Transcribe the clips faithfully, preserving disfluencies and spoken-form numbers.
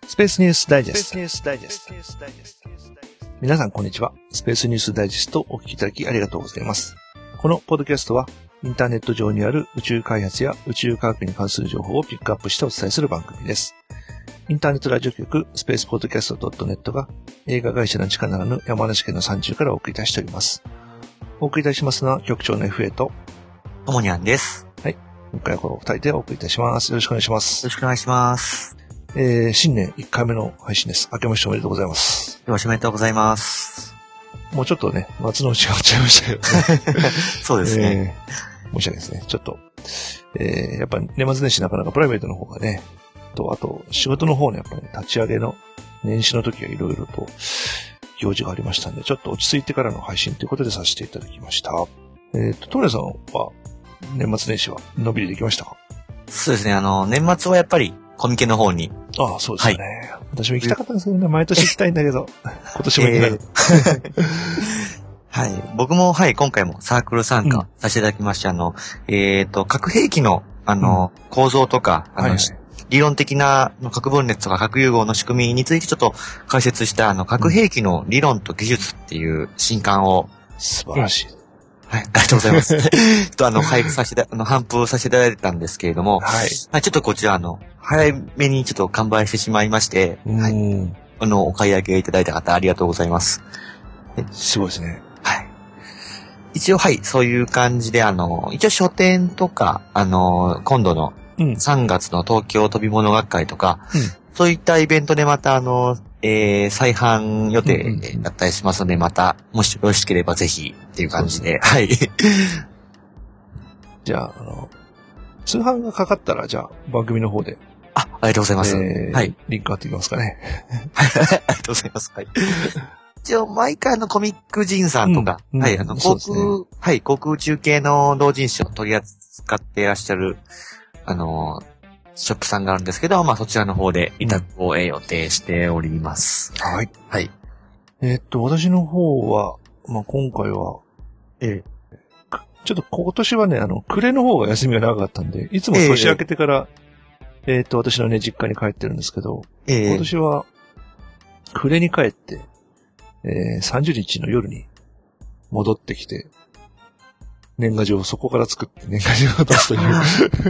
スペースニュースダイジェスト。皆さんこんにちは。スペースニュースダイジェストをお聞きいただきありがとうございます。このポッドキャストはインターネット上にある宇宙開発や宇宙科学に関する情報をピックアップしてお伝えする番組です。インターネットラジオ局スペースポッドキャスト ドットネット が映画会社の地下ならぬ山梨県の山中からお送りいたしております。お送りいたしますのは局長の エフエー とともにゃんです。 はい。今回はこの二人でお送りいたします。よろしくお願いします。 よろしくお願いします。 えー、新年いっかいめの配信です。明けましておめでとうございます。 よろしくおめでとうございます。 もうちょっとね、松の内が終わっちゃいましたけどね。 そうですね、 えー。申し訳ないですね。ちょっと、えー、やっぱ年末年始なかなかプライベートの方がね、と、あと仕事の方のやっぱり、ね、立ち上げの年始の時はいろいろと行事がありましたんで、ちょっと落ち着いてからの配信ということでさせていただきました。えっと、トレさんは年末年始はのびりできましたか？ そうですね、あの、年末はやっぱりコミケの方に。 ああ、そうですよね。はい、私も行きたかったんですけどね、毎年行きたいんだけど、今年も行けない。えー、 はい。僕も、はい、今回もサークル参加させていただきまして、うん、あの、えっ、ー、と、核兵器の、あの、うん、構造とか、あの、はいはい、理論的な核分裂とか核融合の仕組みについてちょっと解説した、あの、核兵器の理論と技術っていう新刊を。 素晴らしい。 はい、ありがとうございます。と、あの、配布させて、あの、頒布させていただいたんですけれども、はい。はい、ちょっとこちら、あの、早めにちょっと完売してしまいまして、はい。あの、お買い上げいただいた方、ありがとうございます。 すごいですね。 はい。一応、はい、そういう感じで、あの、一応書店とか、あの、今度のさんがつの東京飛び物学会とか、うん、そういったイベントでまた、あの、えー、再販予定だったりしますので、また、もしよろしければぜひっていう感じで、はい。 じゃあ、あの、通販がかかったら、じゃあ、番組の方で。 あ、ありがとうございます。 えー、はい。リンク貼っていきますかね。 はい、ありがとうございます。はい。一応、毎回のコミック人さんとか、うん、はい、あの、航空、ね、はい、航空宇宙系の同人誌を取り扱っていらっしゃる、あの、ショップさんがあるんですけど、まあそちらの方で委託を予定しております。 うん、はい。 はい。 えー、っと、私の方は、まあ今回は、 ええ、 ちょっと今年はね、あの、暮れの方が休みが長かったんで、いつも年明けてから、えー、えー、っと、私のね、実家に帰ってるんですけど、ええ、今年は、暮れに帰って、えー、さんじゅうにちの夜に戻ってきて、年賀状をそこから作って年賀状を出すという。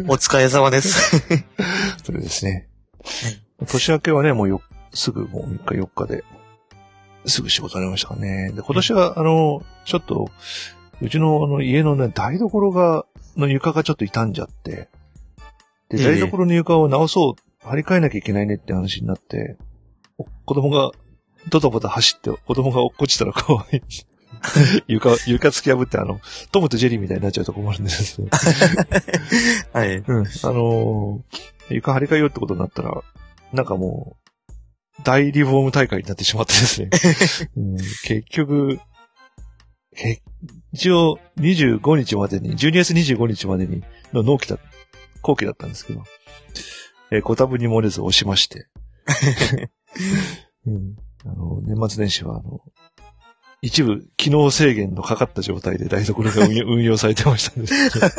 お疲れ様です。 それですね。年明けはね、もうよ、すぐもうみっかよっかで、すぐ仕事になりましたからね。で、今年は、あの、ちょっと、うちのあの家のね、台所が、の床がちょっと傷んじゃって、で、台所の床を直そう、張り替えなきゃいけないねって話になって、子供が、ドタバタ走って、子供が落っこちたら怖い。床、床突き破ってあの、トムとジェリーみたいになっちゃうと困るんですよ。 はい。 うん。あのー、床張り替えようってことになったら、なんかもう、大リフォーム大会になってしまってですね。うん、結局、け一応にじゅうごにちまでに、じゅうにがつにじゅうごにちまでにの納期だ、後期だったんですけど、えー、ご多分に漏れず押しまして。うん、あの、年末年始はあの、一部機能制限のかかった状態で台所が運用されてましたんですけど。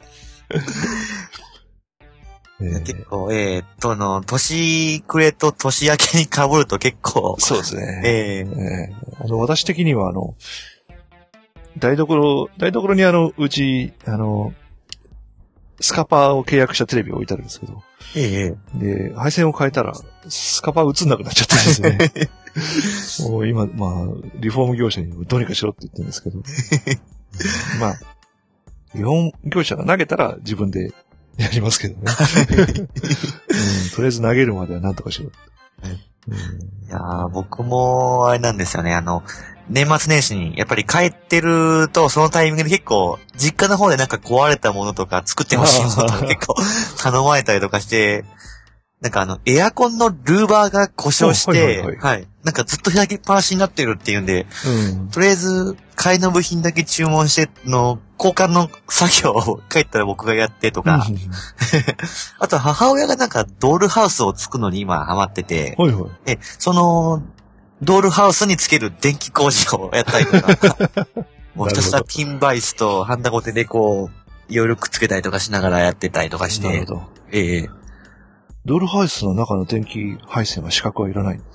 えー、結構、えー、っとの、年暮れと年明けに被ると結構。 そうですね。 えーえー、あの、私的にはあの、台所、台所にあの、うち、あの、スカパーを契約したテレビを置いてあるんですけど。 ええで、配線を変えたら、スカパー映んなくなっちゃったんですね。もう今、まあ、リフォーム業者にどうにかしろって言ってるんですけど。まあ、リフォーム業者が投げたら自分でやりますけどね。うん、とりあえず投げるまでは何とかしろ。 うん、いやー、僕も、あれなんですよね、あの、年末年始に、やっぱり帰ってると、そのタイミングで結構、実家の方でなんか壊れたものとか作ってほしいものとか結構頼まれたりとかして、なんかあの、エアコンのルーバーが故障して、はい、はいはい、なんかずっと開きっぱなしになってるっていうんで、うん、とりあえず、替えの部品だけ注文しての、交換の作業を帰ったら僕がやってとか、うん、あと母親がなんかドールハウスを作るのに今ハマってて、 はいはい、 え、その、ドールハウスにつける電気工事をやったりとか、もうひたすらピンバイスとハンダゴテでこう、いろいろくっつけたりとかしながらやってたりとかして、 なるほど。 ええドールハウスの中の電気配線は資格はいらないんです。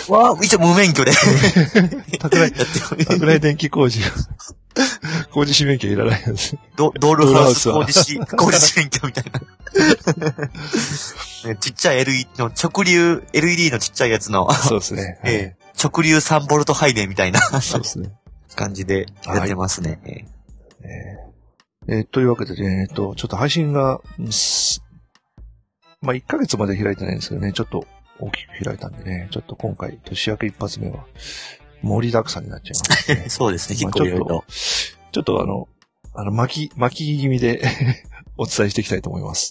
わぁ、一応無免許で。 宅内、宅内電気工事。工事士免許いらないんです。 ド, ドールハウス工事士、工事士免許みたいな。ちっちゃい エルイーディー の直流 エルイーディー のちっちゃいやつの。 そうですね。 はい、えー、直流さんボルト配電みたいな。 そうですね。 感じでやってますね。はい、 えーえー、というわけでね、えっと、ちょっと配信が、まあ、いっかげつまで開いてないんですけどね、ちょっと大きく開いたんでね、ちょっと今回年明け一発目は盛りだくさんになっちゃいますね。 そうですね、結構いろいろと。 ちょっとあの、あの、巻き、巻き気味でお伝えしていきたいと思います。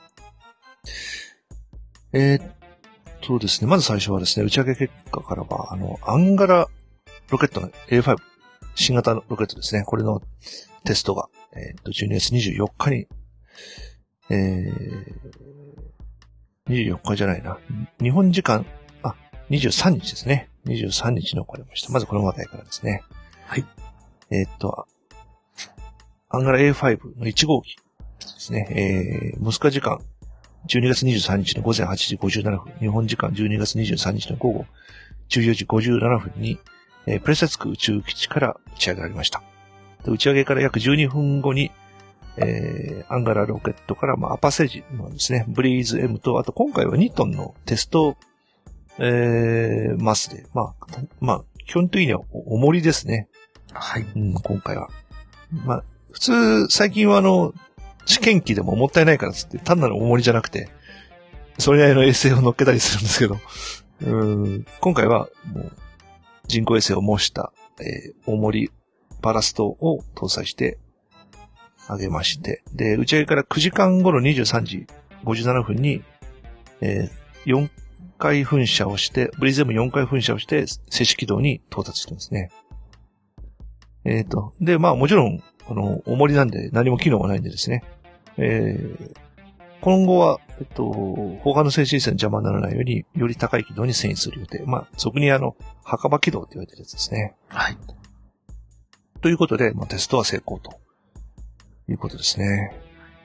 えー、っとですね、まず最初はですね、打ち上げ結果からは、あの、アンガラロケットの エーファイブ、新型のロケットですね、これのテストが、えー、っと、じゅうにがつにじゅうよっかに、えー、にじゅうよっかじゃないな、日本時間、あ、にじゅうさんにちですね。にじゅうさんにちに行われました。まずこの話題からですね。 はい。 えー、っと、アンガラ エーファイブ のいち号機ですね。えー、モスクワ時間じゅうにがつにじゅうさんにちのごぜんはちじごじゅうななふん、日本時間じゅうにがつにじゅうさんにちの午後じゅうよじごじゅうななふんに、えー、プレセツク宇宙基地から打ち上げられました。で打ち上げから約じゅうにふんごに、えー、アンガラロケットから、まあ、アパセージのですね、ブリーズ M と、あと今回はにトンのテスト、えー、マスで、まあ、まあ、基本的には重りですね。 はい。 うん、今回は。まあ、普通、最近はあの、試験機でももったいないからつって、単なる重りじゃなくて、それなりの衛星を乗っけたりするんですけど、うん、今回はもう人工衛星を模した、えー、重り、バラストを搭載してあげまして、で、打ち上げからくじかんごのにじゅうさんじごじゅうななふんに、えー、よんかい噴射をして、ブリズムよんかい噴射をして、静止軌道に到達してるんですね。えっと、で、まあもちろん、この、重りなんで何も機能がないんでですね。えー、今後は、えっと、他の静止衛星の邪魔にならないように、より高い軌道に遷移する予定。まあ、俗にあの、墓場軌道って言われてるやつですね。 はい。 ということで、まあ、テストは成功ということですね。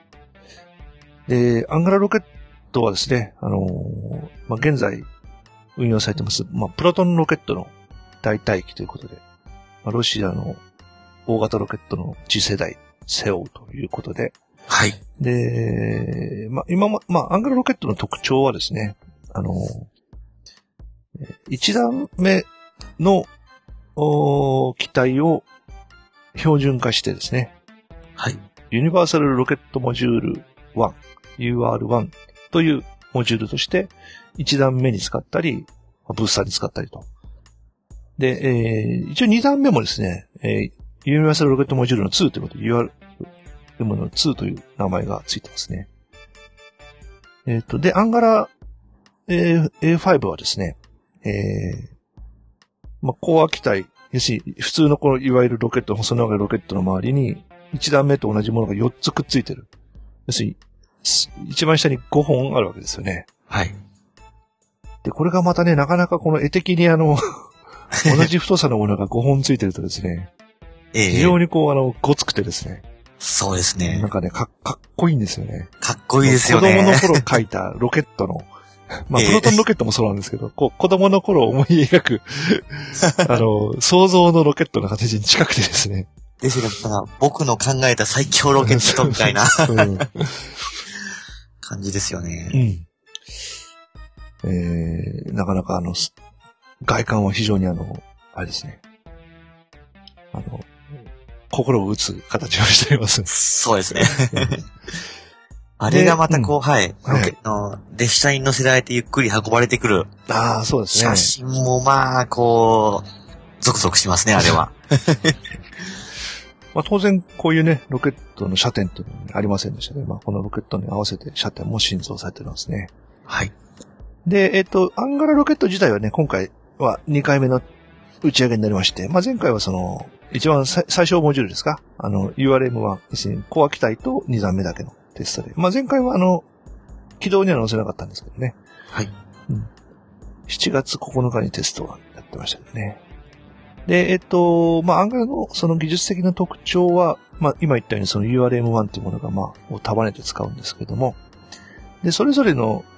で、アンガラロケットはですね、あのー、まあ、現在運用されてます、まあ、プロトンロケットの代替機ということで、まあ、ロシアの大型ロケットの次世代背負うということで、 はい。 で、まあ、今も、まあ、アンガラロケットの特徴はですね、あのー、一段目の機体を標準化してですね。 はい。 ユニバーサルロケットモジュールワン、ユーアールワン というモジュールとして、一段目に使ったり、ブースターに使ったりと。で、えー、一応二段目もですね、えー、ユニバーサルロケットモジュールのツーということで、ユーアールワン のツーという名前がついてますね。えっと、で、アンガラ エーファイブ はですね、えー、まあ、コア機体、要するに、普通のこの、いわゆるロケット、細長いロケットの周りに、一段目と同じものがよっつくっついてる。要するに、一番下にごほんあるわけですよね。 はい。 で、これがまたね、なかなかこの絵的にあの、同じ太さのものがごほんついてるとですね、ええ、非常にこう、あの、ごつくてですね。 そうですね。 なんかね、か、かっこいいんですよね。 かっこいいですよね。 子供の頃描いたロケットの、まあ、プロトンロケットもそうなんですけど、こう、子供の頃思い描く、あの、想像のロケットの形に近くてですね。 ですね、なんか僕の考えた最強ロケットみたいな、うん、感じですよね。 うん。えー、なかなかあの、外観は非常にあの、あれですね。あの、心を打つ形をしています。 そうですね。あれがまたこう、うん、はい、ロケットの列車に乗せられてゆっくり運ばれてくる。 ああ、そうですね。 写真もまあ、こう、ゾクゾクしますね、あれは。 まあ、当然、こういうね、ロケットの射点っていうのは、ね、ありませんでしたね。まあ、このロケットに合わせて射点も新造されてますね。 はい。 で、えっと、アンガラロケット自体はね、今回はにかいめの打ち上げになりまして、まあ、前回はその、一番最小モジュールですか？あの、ユーアールエムワン、要するにコア機体とに段目だけのテストで。まあ、前回はあの、軌道には乗せなかったんですけどね。 はい。 うん、しちがつここのかにテストはやってましたけどね。で、えっと、まあ、アンガラのその技術的な特徴は、まあ、今言ったようにその ユーアールエムワン というものがまあ、を束ねて使うんですけども、で、それぞれの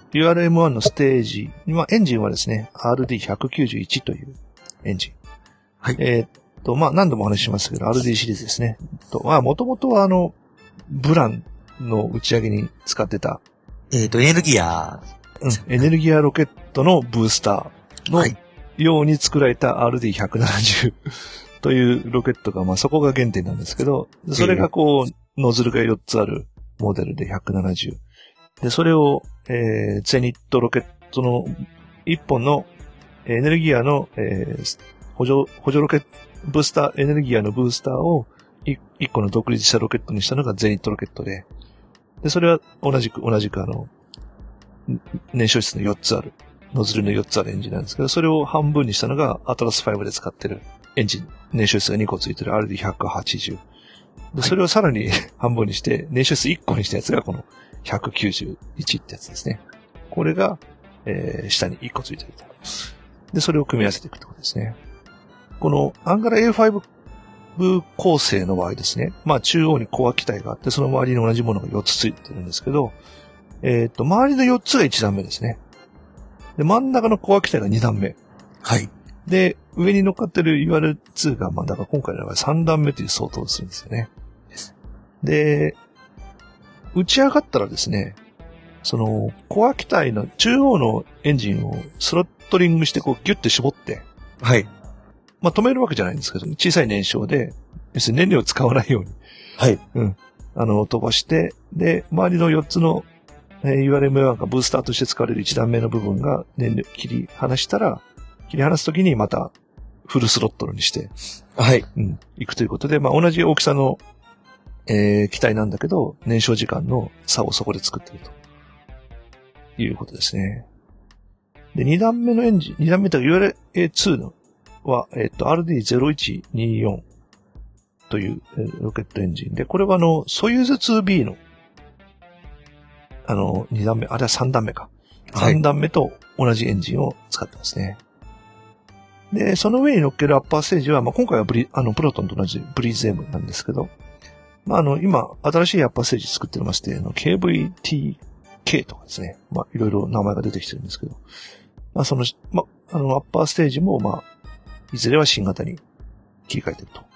ユーアールエムワン のステージ、まあ、エンジンはですね、アールディーひゃくきゅうじゅういち というエンジン。 はい。 えー、っと、まあ、何度もお話ししましたけど、アールディー シリーズですね。と、まあ、もともとはあの、ブランの打ち上げに使ってた、 えっ、ー、と、エネルギア、 うん、エネルギアロケットのブースターのように作られた アールディーひゃくななじゅう というロケットが、まあ、そこが原点なんですけど、それがこう、ノズルがよっつあるモデルでひゃくななじゅう。で、それを、えー、ゼニットロケットのいっぽんのエネルギアの、えー、補助、補助ロケット、ブースター、エネルギアのブースターをいっこの独立したロケットにしたのがゼニットロケットで、で、それは同じく、同じくあの、燃焼室のよっつある、ノズルのよっつあるエンジンなんですけど、それを半分にしたのがアトラスファイブで使ってるエンジン、燃焼室がにこついてる アールディーひゃくはちじゅう。で、それをさらに半分にして、燃焼室いっこにしたやつがこのひゃくきゅうじゅういちってやつですね。これが、えー、下にいっこついてると。で、それを組み合わせていくってことですね。このアンガラ エーファイブ 構成の場合ですね。まあ中央にコア機体があって、その周りに同じものがよっつついてるんですけど、えっと、周りのよっつがいち段目ですね。で、真ん中のコア機体がに段目。 はい。 で、上に乗っかってる ユーアールツー が、まあだから今回の場合さん段目という相当するんですよね。で、打ち上がったらですね、その、コア機体の中央のエンジンをスロットリングしてこうギュッて絞って、 はい。 まあ止めるわけじゃないんですけど、小さい燃焼で、要するに燃料を使わないように、 はい。 うん。あの、飛ばして、で、周りのよっつの、えー、ユーアールエムワン がブースターとして使われるいち段目の部分が燃料切り離したら、切り離すときにまたフルスロットルにして、 はい。 うん、行くということで、まあ同じ大きさの、えー、機体なんだけど、燃焼時間の差をそこで作っているということですね。で、に段目のエンジン、に段目というか ユーアールエーツー のは、えっと、アールディーゼロいちにーよん という、えー、ロケットエンジンで、これはあの、ソユーズ ツービー の、あの、に段目、あれはさん段目か。さん段目と同じエンジンを使ってますね。で、その上に乗っけるアッパーステージは、まあ、今回はブリ、あの、プロトンと同じブリーズ M なんですけど、まあ、あの、今、新しいアッパーステージ作ってまして、あの、ケーブイティーケー とかですね。まあ、いろいろ名前が出てきてるんですけど、まあ、その、まあ、あの、アッパーステージも、まあ、いずれは新型に切り替えてると。はい。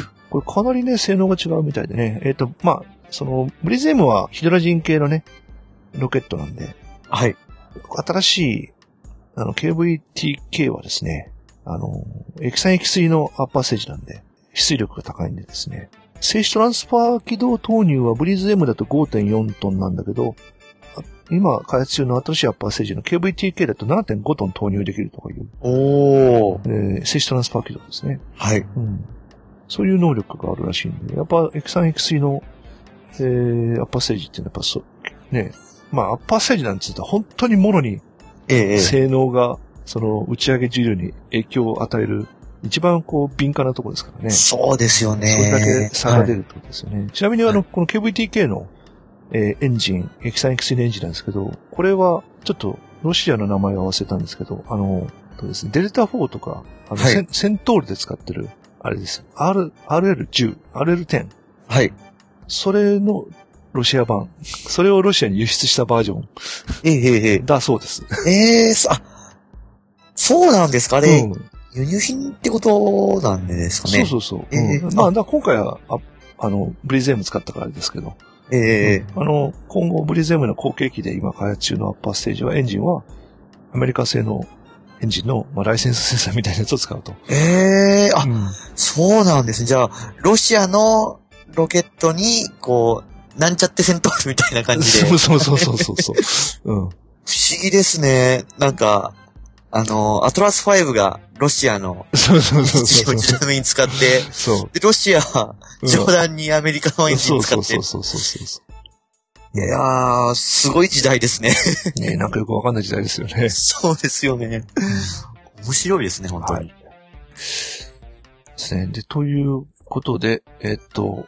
これかなりね、性能が違うみたいでね。えっと、まあ、その、ブリーズ M はヒドラジン系のね、ロケットなんで、 はい。 新しい、あの、ケーブイティーケー はですね、あの、液酸液水のアッパーステージなんで、止水力が高いんでですね。静止トランスファー起動投入はブリーズ M だと ごてんよん トンなんだけど、今開発中の新しいアッパーステージの ケーブイティーケー だと ななてんご トン投入できるとかいう。 おー。 えー、静止トランスファー起動ですね。 はい。 うん。そういう能力があるらしいんで、やっぱ液酸液水の、えー、アッパーステージっていうのはやっぱそう、ね、まあアッパーステージなんつうと本当にもろに、 ええ、 性能が、その打ち上げ重量に影響を与える、一番こう敏感なところですからね。 そうですよね。 それだけ差が出るってことですよね。はい、ちなみにあの、この ケーブイティーケー の、えー、エンジン、液酸液水のエンジンなんですけど、これはちょっとロシアの名前を忘れたんですけど、あの、そうですね、デルタフォーとか、あの、はい、セン、セントールで使ってる、あれです。R、アールエルテン、アールエルテン。 はい。 それのロシア版。それをロシアに輸出したバージョン。 ええええ。 だそうです。 ええー、あ、そうなんですかあれ、 うん、 輸入品ってことなんですかね。 そうそうそう。 えー、 うん、まあ、だ今回は、あ、あの、ブリーズ M 使ったからですけど。 ええーうん、あの、今後ブリーズ M の後継機で今開発中のアッパーステージはエンジンはアメリカ製のエンジンの、まあ、ライセンス生産みたいなやつを使うと。 ええー、あ、うん、そうなんですね。じゃあ、ロシアのロケットに、こう、なんちゃって戦闘機みたいな感じで。 そうそうそうそうそうそう。うん。 不思議ですね。なんか、あの、アトラスファイブがロシアの、 そうそうそうそう。 ちなみに使って、 そう。 で、ロシアは、冗談にアメリカのエンジン使って。 そうそうそうそうそう。 いやー、すごい時代ですね。 ねえ、なんかよくわかんない時代ですよね。 そうですよね。面白いですね、本当に。はい。 ですね。で、ということで、えっと、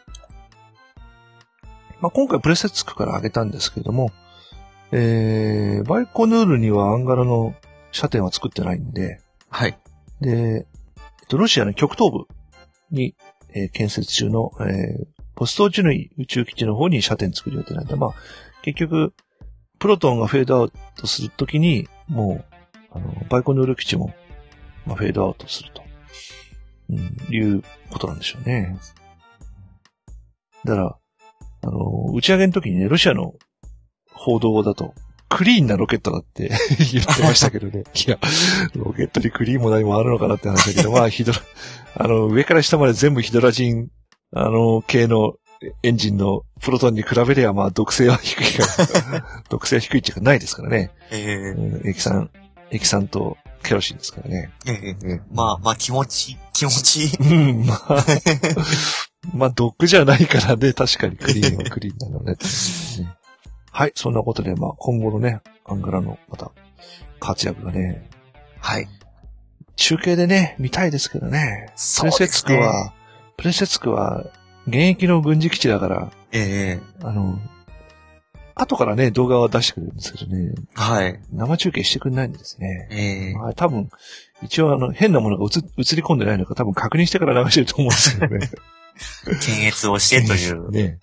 まあ、今回プレセツクから上げたんですけども、えー、バイコヌールにはアンガラの射程は作ってないんで、 はい。 で、えっと、ロシアの極東部に、えー、建設中の、えー、ポストチヌイ宇宙基地の方に射程作る予定なんで、まあ、結局、 プロトンがフェードアウトするときに、もう、あの、バイコヌール基地も、まあ、フェードアウトすると、うん、いうことなんでしょうね。だから、あの、打ち上げの時にね、ロシアの報道だと、クリーンなロケットだって言ってましたけどね。いや、ロケットにクリーンも何もあるのかなって話だけど、まあ、ヒドラ、あの、上から下まで全部ヒドラジン、あの、系のエンジンのプロトンに比べれば、まあ、毒性は低いから、毒性は低いっていうかないですからね。ええー。液酸、液酸とケロシンですからね。 ええー、まあ、まあ、気持ち、気持ち。 うん、まあ、まあ、毒じゃないからね、確かにクリーンはクリーンなのね。はい、そんなことで、まあ、今後のね、アンガラの、また、活躍がね、 はい。 中継でね、見たいですけどね。 そうですね。 プレセツクは、プレセツクは、現役の軍事基地だから、 ええー。 あの、後からね、動画は出してくれるんですけどね。 はい。 生中継してくれないんですね。 ええー。 まあ、多分、一応あの、変なものが映、映り込んでないのか、多分確認してから流してると思うんですけどね。 検閲をしてという。 ね。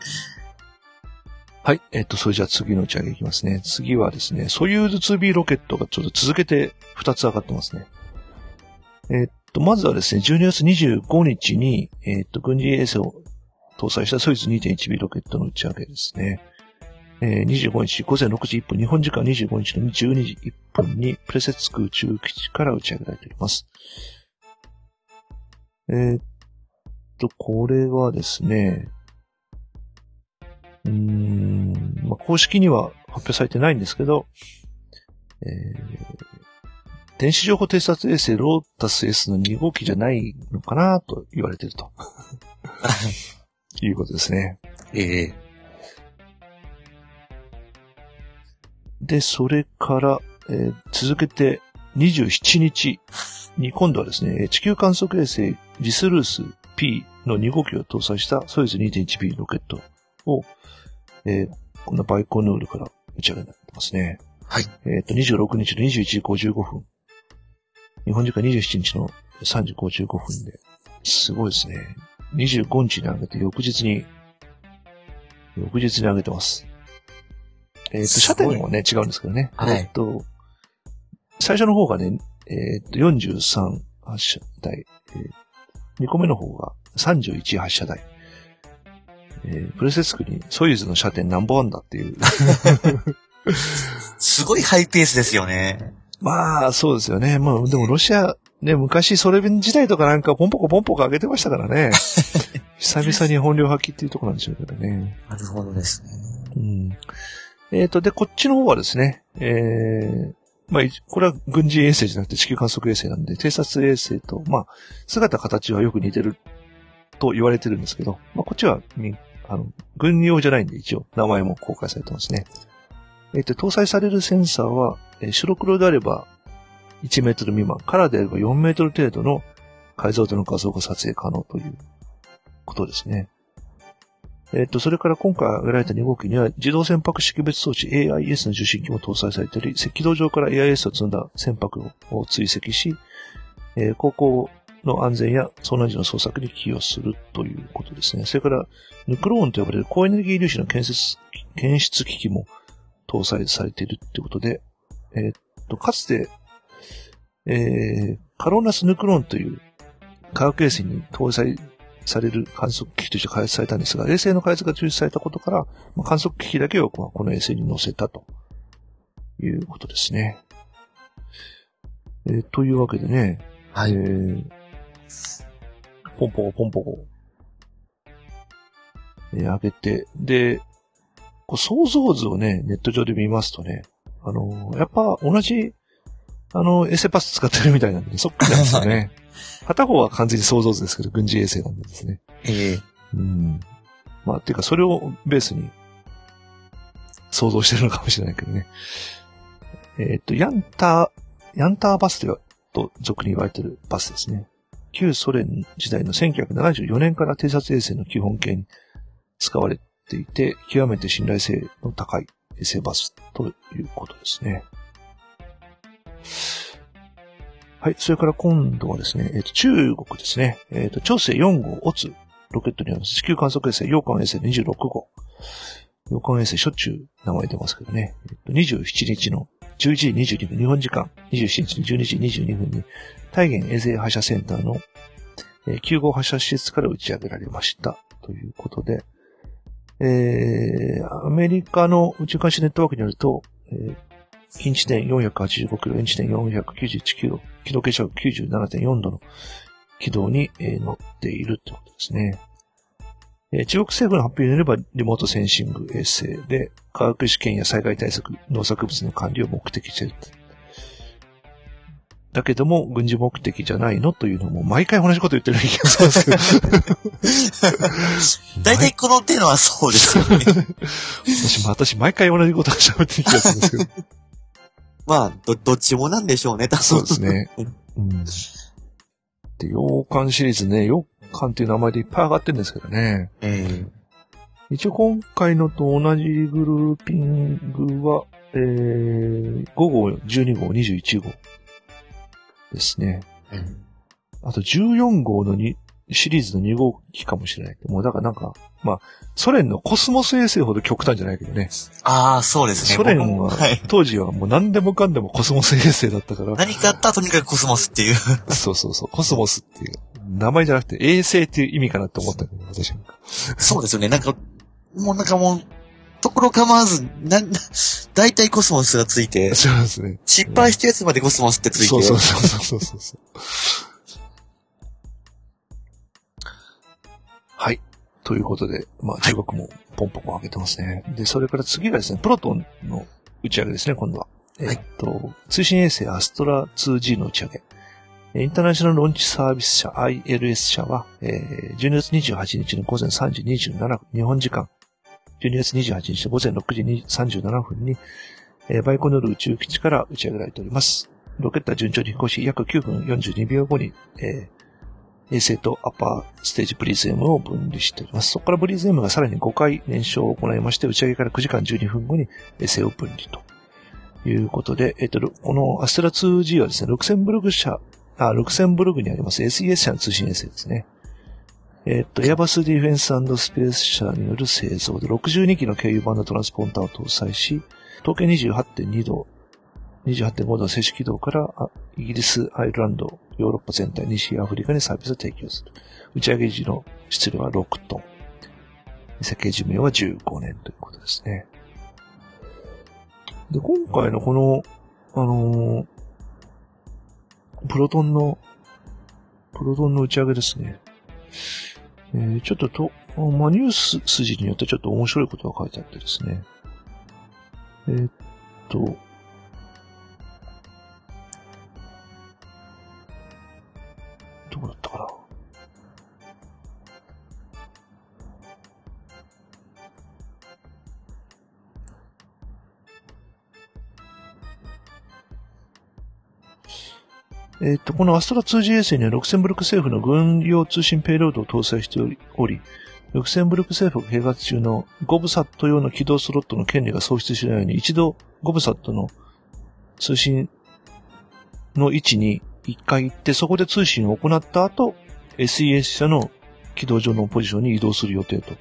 はい。えっと、それじゃあ次の打ち上げいきますね。次はですね、ソユーズ ツービー ロケットがちょっと続けてふたつ上がってますね。えっと、まずはですね、じゅうにがつにじゅうごにちに、えっと、軍事衛星を搭載したソユーズ にてんいちビー ロケットの打ち上げですね。えー、にじゅうごにちごぜんろくじいっぷん、日本時間にじゅうごにちのじゅうにじいっぷんにプレセツク宇宙基地から打ち上げられております。えー、っと、これはですね、うーん、まあ、公式には発表されてないんですけど、えー、電子情報偵察衛星ロータス S のにごうきじゃないのかなと言われているということですね。 ええー。で、それから、えー、続けてにじゅうしちにちに今度はですね、地球観測衛星リスルース P のにごうきを搭載したソユーズ にてんいちビー ロケットを、えー、こんなバイコヌールから打ち上げになってますね。 はい。 えっと、にじゅうろくにちのにじゅういちじごじゅうごふん。日本時間にじゅうしちにちのさんじごじゅうごふんで、すごいですね。にじゅうごにちに上げて翌日に、翌日に上げてます。えっと、射程もね、違うんですけどね。 はい。 えっと、最初の方がね、えっと、よんじゅうさん発射台、えー、にこめの方がさんじゅういち発射台。えー、プレセツクにソユーズの射程ナンバーワンだっていう。 すごいハイペースですよね。 まあ、そうですよね。まあ、でもロシア、ね、昔ソ連時代とかなんかポンポコポンポコ上げてましたからね。久々に本領発揮っていうところなんでしょうけどね。 なるほどですね。 うん。えっと、で、こっちの方はですね、えー、まあ、これは軍事衛星じゃなくて地球観測衛星なんで、偵察衛星と、まあ、姿形はよく似てると言われてるんですけど、まあ、こっちは、あの、軍用じゃないんで一応名前も公開されてますね。えっと、搭載されるセンサーは、えー、白黒であればいちメートル未満、カラーであればよんメートル程度の解像度の画像が撮影可能ということですね。えっと、それから今回挙げられたにごうきには自動船舶識別装置 エーアイエス の受信機も搭載されており、赤道上から エーアイエス を積んだ船舶を追跡し、えー、航行の安全や遭難時の捜索に寄与するということですね。それから、ヌクローンと呼ばれる高エネルギー粒子の検出、検出機器も搭載されているということで、えー、っと、かつて、えー、カローナスヌクローンという化学衛星に搭載される観測機器として開発されたんですが、衛星の開発が中止されたことから、まあ、観測機器だけをこの衛星に載せたということですね。えー、というわけでね、 はい。えー、ポンポコポンポコ、えー、上げて、で、こう想像図をね、ネット上で見ますとね、あのー、やっぱ同じ、あの、衛星パス使ってるみたいなんで、ね、そっくりなんですよね。片方は完全に想像図ですけど、軍事衛星なんですね。 ええ。 うん。まあ、ていうか、それをベースに想像してるのかもしれないけどね。えっと、ヤンター、ヤンターバスと、と俗に言われているバスですね。旧ソ連時代のせんきゅうひゃくななじゅうよねんから偵察衛星の基本形に使われていて、極めて信頼性の高い衛星バスということですね。はい。それから今度はですね、えっと、中国ですね。えっと、長征よんごうオツロケットにあります地球観測衛星、陽間衛星にじゅうろくごう。 予感衛星しょっちゅう名前出ますけどね。えっと、にじゅうしちにちのじゅういちじにじゅうにふん、日本時間にじゅうしちにちのじゅうにじにじゅうにふんに、大原衛星発射センターのきゅう号発射施設から打ち上げられました。ということで、えー、アメリカの宇宙監視ネットワークによると、えー、近地点よんひゃくはちじゅうごキロ、遠地点よんひゃくきゅうじゅういちキロ、軌道傾斜 きゅうじゅうななてんよん 度の軌道に、えー、乗っているということですね。えー、中国政府の発表によれば、リモートセンシング衛星で科学試験や災害対策、農作物の管理を目的している。だけども、軍事目的じゃないのというのも、毎回同じこと言ってる気がするんですけど。 大体この手のはそうですよね。 私、私、毎回同じことを喋ってる気がするんですけど。 まあ、ど、どっちもなんでしょうね、多分。 そうですね。うん。で、洋館シリーズね、洋館っていう名前でいっぱい上がってるんですけどね。 えー、 一応今回のと同じグルーピングは、えー、ご号、じゅうに号、にじゅういち号ですね。 うん、 あとじゅうよん号のにシリーズのに号機かもしれない。もうだからなんか、まあ、ソ連のコスモス衛星ほど極端じゃないけどね。 ああ、そうですね。 ソ連は、はい、当時はもう何でもかんでもコスモス衛星だったから。 何かあったらとにかくコスモスっていう。 そうそうそう、コスモスっていう。名前じゃなくて衛星っていう意味かなって思ったけど、私は。 そうですよね。なんか、もうなんかもう、ところ構わず、なん、だいたいコスモスがついて。 そうですね。 失敗したやつまでコスモスってついて。 そうそうそうそうそうそう。はい。ということで、まあ中国もポンポン上げてますね。で、それから次がですね、プロトンの打ち上げですね、今度は。はい、えっと、通信衛星アストラ ツージー の打ち上げ。インターナショナルロンチサービス社 アイエルエス 社は、えー、じゅうにがつにじゅうはちにちの午前さんじにじゅうななふん、日本時間、じゅうにがつにじゅうはちにちの午前ろくじさんじゅうななふんに、えー、バイコヌール宇宙基地から打ち上げられております。ロケットは順調に飛行し、約きゅうふんよんじゅうにびょうごに、えー、衛星とアッパーステージブリーズ M を分離しております。そこからブリーズ M がさらにごかい燃焼を行いまして、打ち上げからくじかんじゅうにふんごに衛星を分離ということで、えっと、このアストラ ツージー はですね、ルクセンブルグ社、あ、ルクセンブルグにあります エスイーエス 社の通信衛星ですね。えっと、エアバスディフェンス&スペース社による製造でろくじゅうにきの経由版のトランスポンダーを搭載し、東経 にじゅうはちてんに 度、にじゅうはちてんご 度の静止軌道からイギリス、アイルランド、ヨーロッパ全体、西アフリカにサービスを提供する。打ち上げ時の質量はろくトン。設計寿命はじゅうごねんということですね。で、今回のこの、あのー、プロトンの、プロトンの打ち上げですね。えー、ちょっとと、まあ、ニュース筋によってちょっと面白いことが書いてあってですね。えー、っと、どこだったかな。えっと、このアストラ ツージー 衛星にはルクセンブルク政府の軍用通信ペイロードを搭載しており、ルクセンブルク政府が併発中のゴブサット用の起動スロットの権利が喪失しないように、一度ゴブサットの通信の位置に一回行って、そこで通信を行った後、エスイーエス 社の起動上のポジションに移動する予定と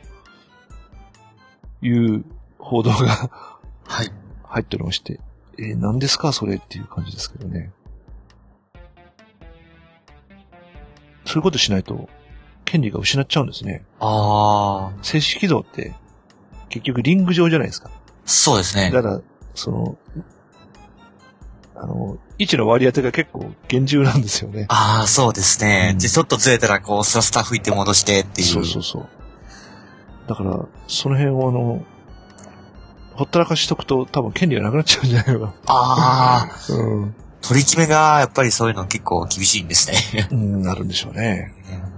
いう報道がはい、入っておりまして、えー、何ですかそれっていう感じですけどね。そういうことしないと、権利が失っちゃうんですね。 ああ。 静止軌道って、結局リング上じゃないですか。 そうですね。 だから、その、あの、位置の割り当てが結構厳重なんですよね。 ああ、そうですね。うん、ちょっとずれたら、こう、スラスタ吹いて戻してっていう。 そうそうそう。だから、その辺をあの、ほったらかしとくと多分権利がなくなっちゃうんじゃないのかな。 ああ。 うん。 取り決めが、やっぱりそういうの結構厳しいんですね。 うん、なるんでしょうね。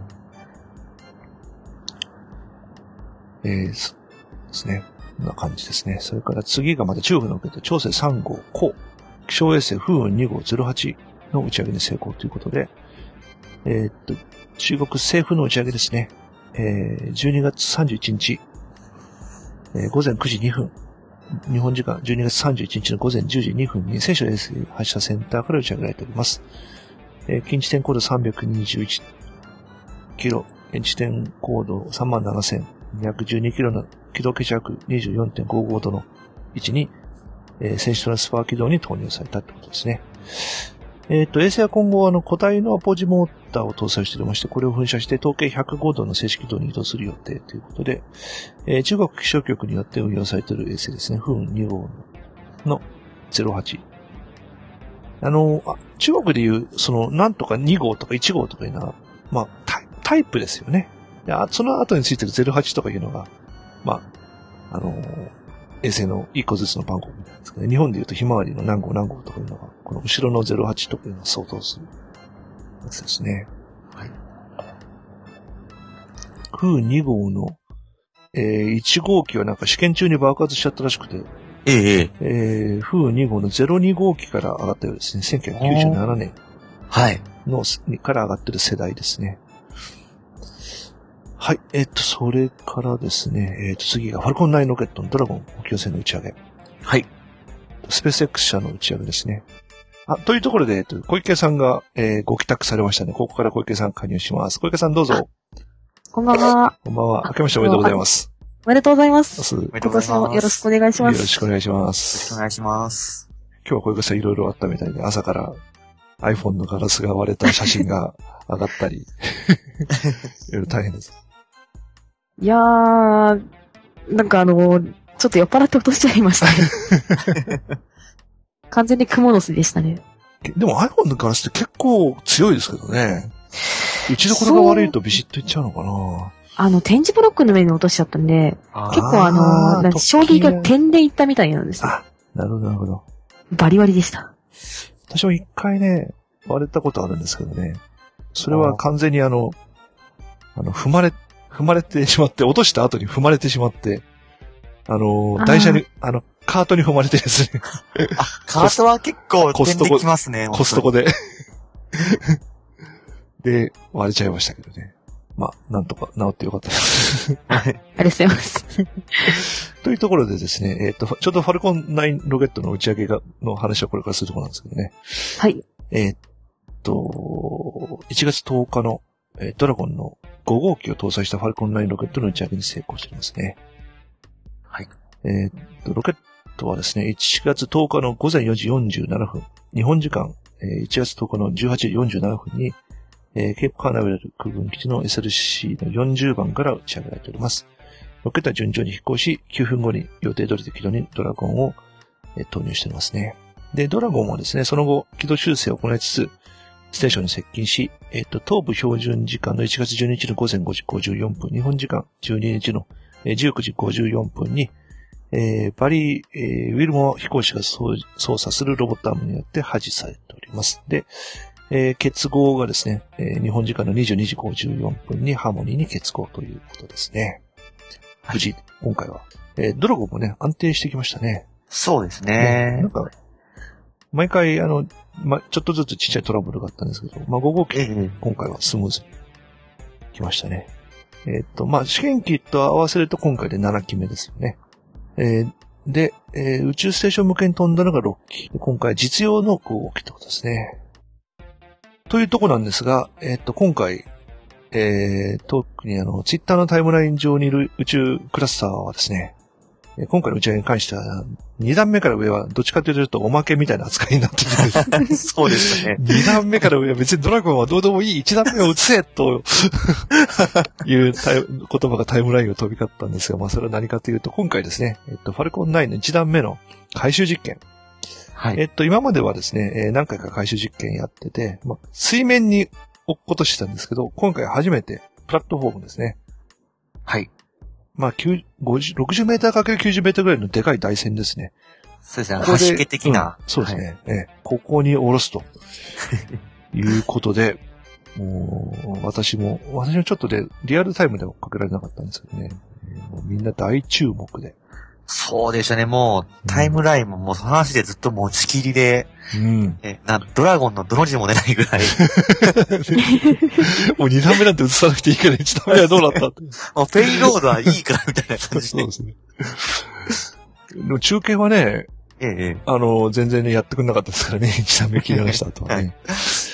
うん、えー、そですね。こんな感じですね。それから次がまた中国の受けて、長征さん号、高、気象衛星風雲に号ゼロはちの打ち上げに成功ということで、えー、っと、中国政府の打ち上げですね。えー、じゅうにがつさんじゅういちにち、えー、午前くじにふん、日本時間じゅうにがつさんじゅういちにちの午前じゅうじにふんに西州衛星発射センターから打ち上げられております。えー、近地点高度さんびゃくにじゅういちキロ、遠地点高度さんまんななせんにひゃくじゅうにキロの軌道傾斜約 にじゅうよんてんごご 度の位置に、えー、センシトランスファー軌道に投入されたってことですね。えっと、衛星は今後、あの、固体のアポジモーターを搭載しておりまして、これを噴射して統計ひゃくごどの静止軌道に移動する予定ということで、えー、中国気象局によって運用されている衛星ですね。フーンに号のゼロはち。あの、あ中国でいう、その、なんとかに号とかいち号とかいうのは、まあ、タイ、タイプですよね。でその後についてるゼロはちとかいうのが、まあ、あのー、衛星のいっこずつの番号みたいなんですけど、ね、日本でいうとひまわりの何号何号とかいうのが、この後ろのゼロはちとかいうのが相当するやつですね。はい。フーに号の、えー、いち号機はなんか試験中に爆発しちゃったらしくて、 えええー、フーに号のゼロに号機から上がったようですね。せんきゅうひゃくきゅうじゅうななねん。 はい。 の、から上がってる世代ですね。はい。えっと、それからですね、えっと、次がファルコンナインロケットのドラゴン補給船の打ち上げ。 はい。 スペース X 社の打ち上げですね。あ、というところで、えっと、小池さんが、えー、ご帰宅されましたね。ここから小池さん加入します。小池さんどうぞ。 こんばんは。 こんばんは。明けましておめでとうございます。 おめでとうございます。 今年もよろしくお願いします。 よろしくお願いします。 よろしくお願いします。 今日は小池さんいろいろあったみたいで、朝から iPhone のガラスが割れた写真が上がったり、いろいろ大変です。 いやー、なんかあの、ちょっと酔っ払って落としちゃいましたね。完全に蜘蛛の巣でしたね。 でも iPhone のガラスって結構強いですけどね。打ちどころが悪いとビシッといっちゃうのかな。 あの、展示ブロックの上に落としちゃったんで、結構あの、なんか衝撃が点でいったみたいなんですよ。 あ、なるほどなるほど。 バリ割りでした。 私も一回ね、割れたことあるんですけどね。それは完全にあの、あの、踏まれ、踏まれてしまって、落とした後に踏まれてしまって、あの、台車に、あの、カートに踏まれてですね。 あ、カートは結構点できますね。 コストコで。で、割れちゃいましたけどね。まあ、なんとか治ってよかったです。 はい。ありがとうございます。 というところでですね、えっと、ちょうどファルコンナインロケットの打ち上げが、の話はこれからするところなんですけどね。 はい。 えっと、いちがつとおかの、えー、ドラゴンのご号機を搭載したファルコンナインロケットの打ち上げに成功していますね。 はい。 えっと、ロケットはですね、いちがつとおかのごぜんよじよんじゅうななふん、日本時間、えー、いちがつとおかのじゅうはちじよんじゅうななふんに、えー、ケープカーナベル空軍基地の エスエルシー のよんじゅうばんから打ち上げられております。ロケットは順調に飛行し、きゅうふんごに予定通りで軌道にドラゴンを、えー、投入していますね。で、ドラゴンはですね、その後、軌道修正を行いつつ、ステーションに接近し、えっと、東部標準時間のいちがつじゅうににちのごぜんごじごじゅうよんぷん、日本時間じゅうににちのじゅうくじごじゅうよんぷんに、えー、バリー、えー、ウィルモア飛行士が操作するロボットアームによって破壊されております。で、えー、結合がですね、えー、日本時間のにじゅうにじごじゅうよんぷんにハーモニーに結合ということですね。無事、今回は。えー、ドラゴンもね、安定してきましたね。 そうですね。 ねなんか、毎回、あの、ま、ちょっとずつちっちゃいトラブルがあったんですけど、まあ、ご号機、今回はスムーズに来ましたね。えー、っと、まあ、試験機と合わせると今回でななきめですよね。えー、で、えー、宇宙ステーション向けに飛んだのがろっき。今回実用のご号機ってことですね。というとこなんですが、えー、っと、今回、えー、特にあの、ツイッターのタイムライン上にいる宇宙クラスターはですね、今回の打ち上げに関しては、に段目から上はどっちかというとおまけみたいな扱いになってるんです。 そうでしたね。 に段目から上は別にドラゴンはどうでもいい、いち段目を撃つせという言葉がタイムラインを飛び交ったんですが、まあそれは何かというと、今回ですね、えっと、ファルコンナインのいち段目の回収実験。はい。えっと、今まではですね、何回か回収実験やってて、まあ、水面に落っことしてたんですけど、今回初めてプラットフォームですね。 はい。 まあ、ごじゅう、ろくじゅうメーターかけるきゅうじゅうメーターぐらいのでかい台船ですね。 そうですね。端系的な、 うん。そうですね。はい、ええ、ここに下ろすと。いうことで、もう、私も、私もちょっとで、リアルタイムではかけられなかったんですけどね。もうみんな大注目で。 そうでしたね。もう、タイムラインももうその話でずっと持ちきりで、 うん。 え、な、ドラゴンのどの字も出ないぐらい。 もうに段目なんて映さなくていいからいち段目はどうなったって。 もうペイロードはいいからみたいな感じで。 そうですね。でも中継はね、 ええ、 あの、全然ね、やってくれなかったですからね、いち段目切り離した後はね。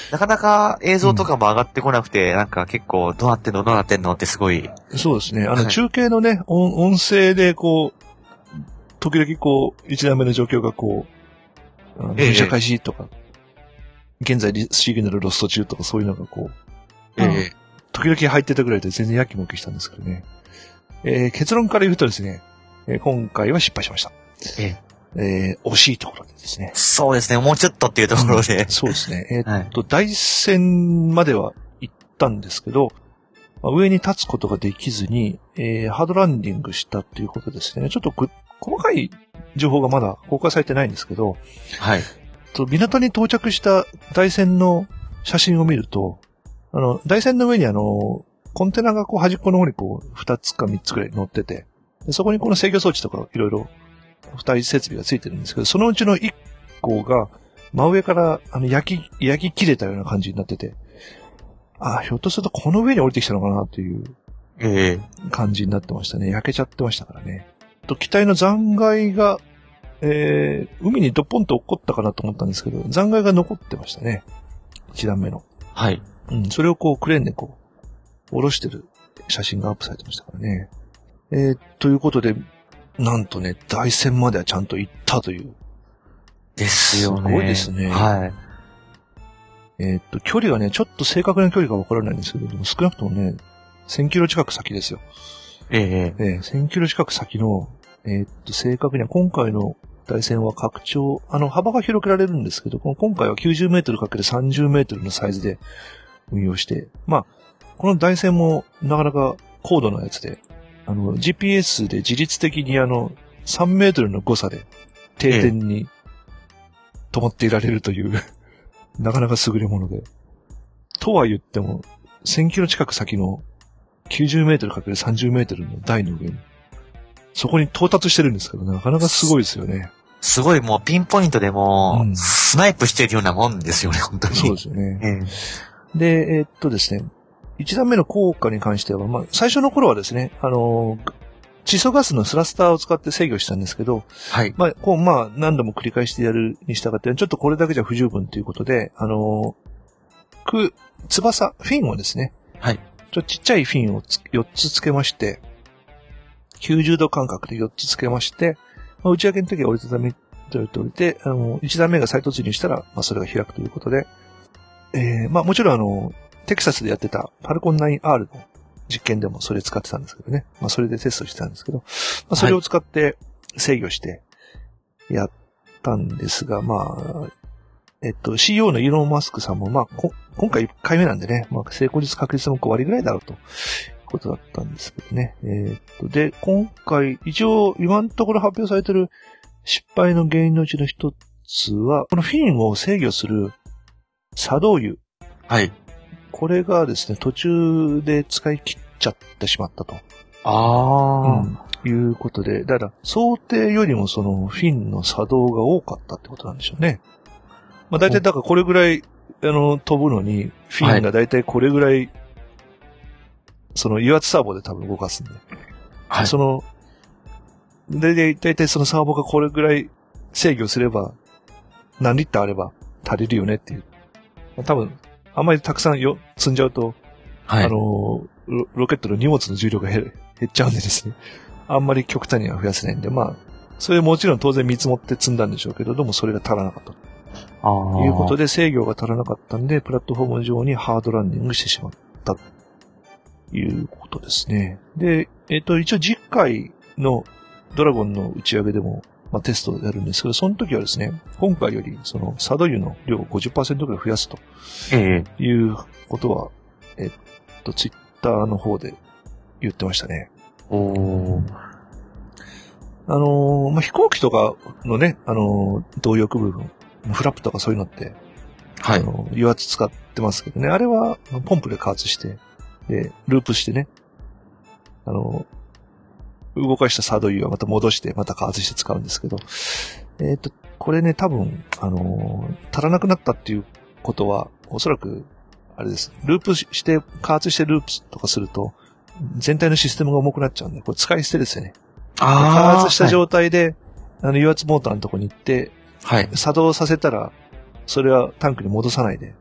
なかなか映像とかも上がってこなくて、うん、なんか結構どうなってんのどうなってんのってすごい。 そうですね。あの中継のね、はい、音, 音声でこう、時々こう、一段目の状況がこう、噴射開始とか、ええ、現在シグナルロスト中とかそういうのがこう、ええ、時々入ってたぐらいで全然やきもきしたんですけどね。えー、結論から言うとですね、えー、今回は失敗しました。ええー、惜しいところでですね。 そうですね、もうちょっとっていうところで。 うん、そうですね。えー、っと、はい、大戦までは行ったんですけど、まあ、上に立つことができずに、えー、ハードランディングしたっていうことですね。ちょっとく細かい情報がまだ公開されてないんですけど、 はい。 と港に到着した台船の写真を見ると、あの、台船の上にあの、コンテナがこう端っこの方にこう、二つか三つくらい乗ってて、でそこにこの制御装置とかいろいろ、付帯設備がついてるんですけど、そのうちの一個が、真上からあの焼き、焼き切れたような感じになってて、ああ、ひょっとするとこの上に降りてきたのかなという感じになってましたね。焼けちゃってましたからね。と機体の残骸が、えー、海にドポンと落っこったかなと思ったんですけど、残骸が残ってましたね。一段目の。 はい。 うん、それをこうクレーンでこう、下ろしてる写真がアップされてましたからね。えー、ということで、なんとね、台船まではちゃんと行ったという。 ですよね。 すごいですね。 はい。 えー、っと、距離がね、ちょっと正確な距離がわからないんですけど、でも少なくともね、せんキロ近く先ですよ。 えええー、せんキロ近く先の、えー、っと、正確には今回の台船は拡張、あの、幅が広げられるんですけど、この今回はきゅうじゅうメートルかけるさんじゅうメートルのサイズで運用して、まあ、この台船もなかなか高度なやつで、あの、ジーピーエス で自律的にあの、さんメートルの誤差で定点に止まっていられるという、なかなか優れもので。とは言っても、せんキロ近く先のきゅうじゅうメートルかけるさんじゅうメートルの台の上に、そこに到達してるんですけど、なかなかすごいですよね。 すごいもうピンポイントでも、うん、スナイプしてるようなもんですよね、本当に。 そうですよね。うん、で、えー、っとですね、一段目の効果に関しては、まあ、最初の頃はですね、あのー、窒素ガスのスラスターを使って制御したんですけど、 はい。 まあ、こう、まあ、何度も繰り返してやるに従って、ちょっとこれだけじゃ不十分ということで、あのー、く、翼、フィンをですね、 はい。 ちょっとちっちゃいフィンをよっつつけまして、きゅうじゅうど間隔でよっつつけまして、まあ、打ち上げの時は折りたたみといておいて、あの、一段目が再突入したら、まあ、それが開くということで、えー、まあ、もちろんあの、テキサスでやってたファルコン ナインアール の実験でもそれ使ってたんですけどね。まあ、それでテストしてたんですけど、まあ、それを使って制御してやったんですが、はい、まあ、えっと、シーイーオー のイーロン・マスクさんも、まあ、こ今回いっかいめなんでね、まあ、成功率確率もご割ぐらいだろうということだったんですけどね。えー、っと、で、今回、一応、今のところ発表されている失敗の原因のうちの一つは、このフィンを制御する作動油。 はい。 これがですね、途中で使い切っちゃってしまったと。 ああ、 うん。いうことで、だから、想定よりもそのフィンの作動が多かったってことなんでしょうね。まあ大体だからこれぐらい、あの、飛ぶのに、フィンが大体これぐらい、はい、その油圧サーボで多分動かすんで。 はい。 その、大体、大体そのサーボがこれぐらい制御すれば、何リッターあれば足りるよねっていう。多分、あんまりたくさんよ積んじゃうと、はい、あのロ、ロケットの荷物の重量が減る、減っちゃうんでですね。あんまり極端には増やせないんで、まあ、それもちろん当然見積もって積んだんでしょうけど、でもそれが足らなかったと。あいうことで制御が足らなかったんで、プラットフォーム上にハードランディングしてしまったということですね。で、えっと、一応次回のドラゴンの打ち上げでも、まあ、テストをやるんですけど、その時はですね、今回よりその作動油の量を ごじゅっパーセント ぐらい増やすということは、えっと、ツイッターの方で言ってましたね。 おー。 あのー、まあ、飛行機とかのね、あのー、動力部分、フラップとかそういうのって、 はい。 あの、油圧使ってますけどね、あれはポンプで加圧して、で、ループしてね、あの、動かした作動油はまた戻して、また加圧して使うんですけど、えっと、これね、多分、あのー、足らなくなったっていうことは、おそらく、あれです。ループして、加圧してループとかすると、全体のシステムが重くなっちゃうんで、これ使い捨てですよね。 ああ。 加圧した状態で、はい、あの、油圧モーターのとこに行って、 はい。 作動させたら、それはタンクに戻さないで、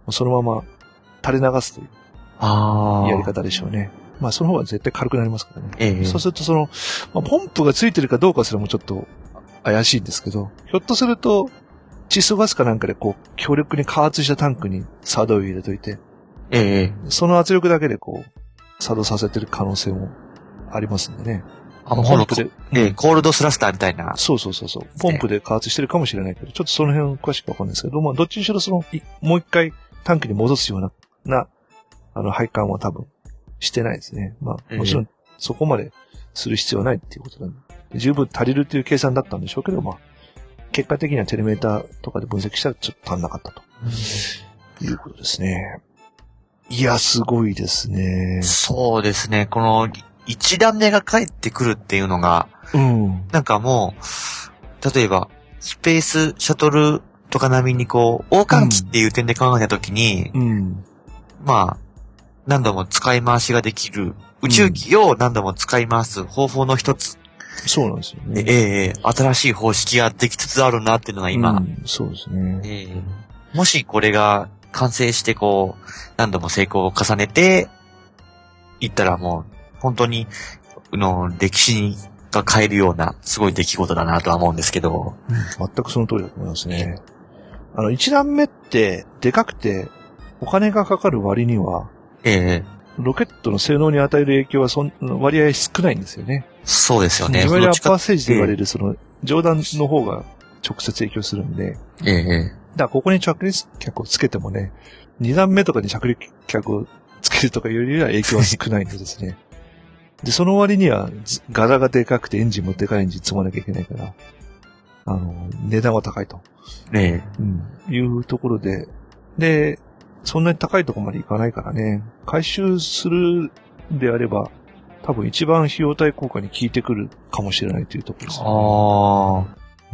そのまま垂れ流すというああ。 やり方でしょうね。まあその方が絶対軽くなりますからね。 ええ。 そうするとその、まあ、ポンプがついてるかどうかすらもちょっと怪しいんですけど、ひょっとすると窒素ガスかなんかでこう強力に加圧したタンクに作動を入れといて、 ええ。 その圧力だけでこう作動させてる可能性もありますんでね。 あ、もうポンプで、 ええ、コールドスラスターみたいな。 そうそうそうそう。ポンプで加圧してるかもしれないけど、ちょっとその辺詳しくわかんないですけど、まあどっちにしろその、いもう一回タンクに戻すような、な、あの配管は多分してないですね。まあもちろんそこまでする必要はないっていうことなんで、十分足りるっていう計算だったんでしょうけど、まあ結果的にはテレメーターとかで分析したらちょっと足んなかったと、うん、いうことですね。いや、すごいですね。 そうですね。この一段目が帰ってくるっていうのが、 うん、 なんかもう、例えば、スペースシャトルとか並みにこう、王冠機っていう点で考えたときに、 うん、 まあ、何度も使い回しができる、宇宙機を何度も使い回す方法の一つ。 そうなんですよね。 ええ、新しい方式ができつつあるなっていうのが今。 うん、そうですね。 ええ、もしこれが完成してこう、何度も成功を重ねて、いったらもう、本当に、の、歴史が変えるような、すごい出来事だなとは思うんですけど。 うん、全くその通りだと思いますね。あの、一段目って、でかくて、お金がかかる割には、 ええ、 ロケットの性能に与える影響はそん割合少ないんですよね。 そうですよね。 いわゆるアッパーステージで言われる、その、上段の方が直接影響するんで。 ええ。 だからここに着陸脚をつけてもね、二段目とかに着陸脚をつけるとかよりは影響は少ないんでですね。で、その割には、柄がでかくてエンジンもでかいエンジン積まなきゃいけないから、あの、値段は高いと。 ええ。 うん。いうところで、で、そんなに高いところまでいかないからね、回収するであれば、多分一番費用対効果に効いてくるかもしれないというところですね。 ああ。 うん。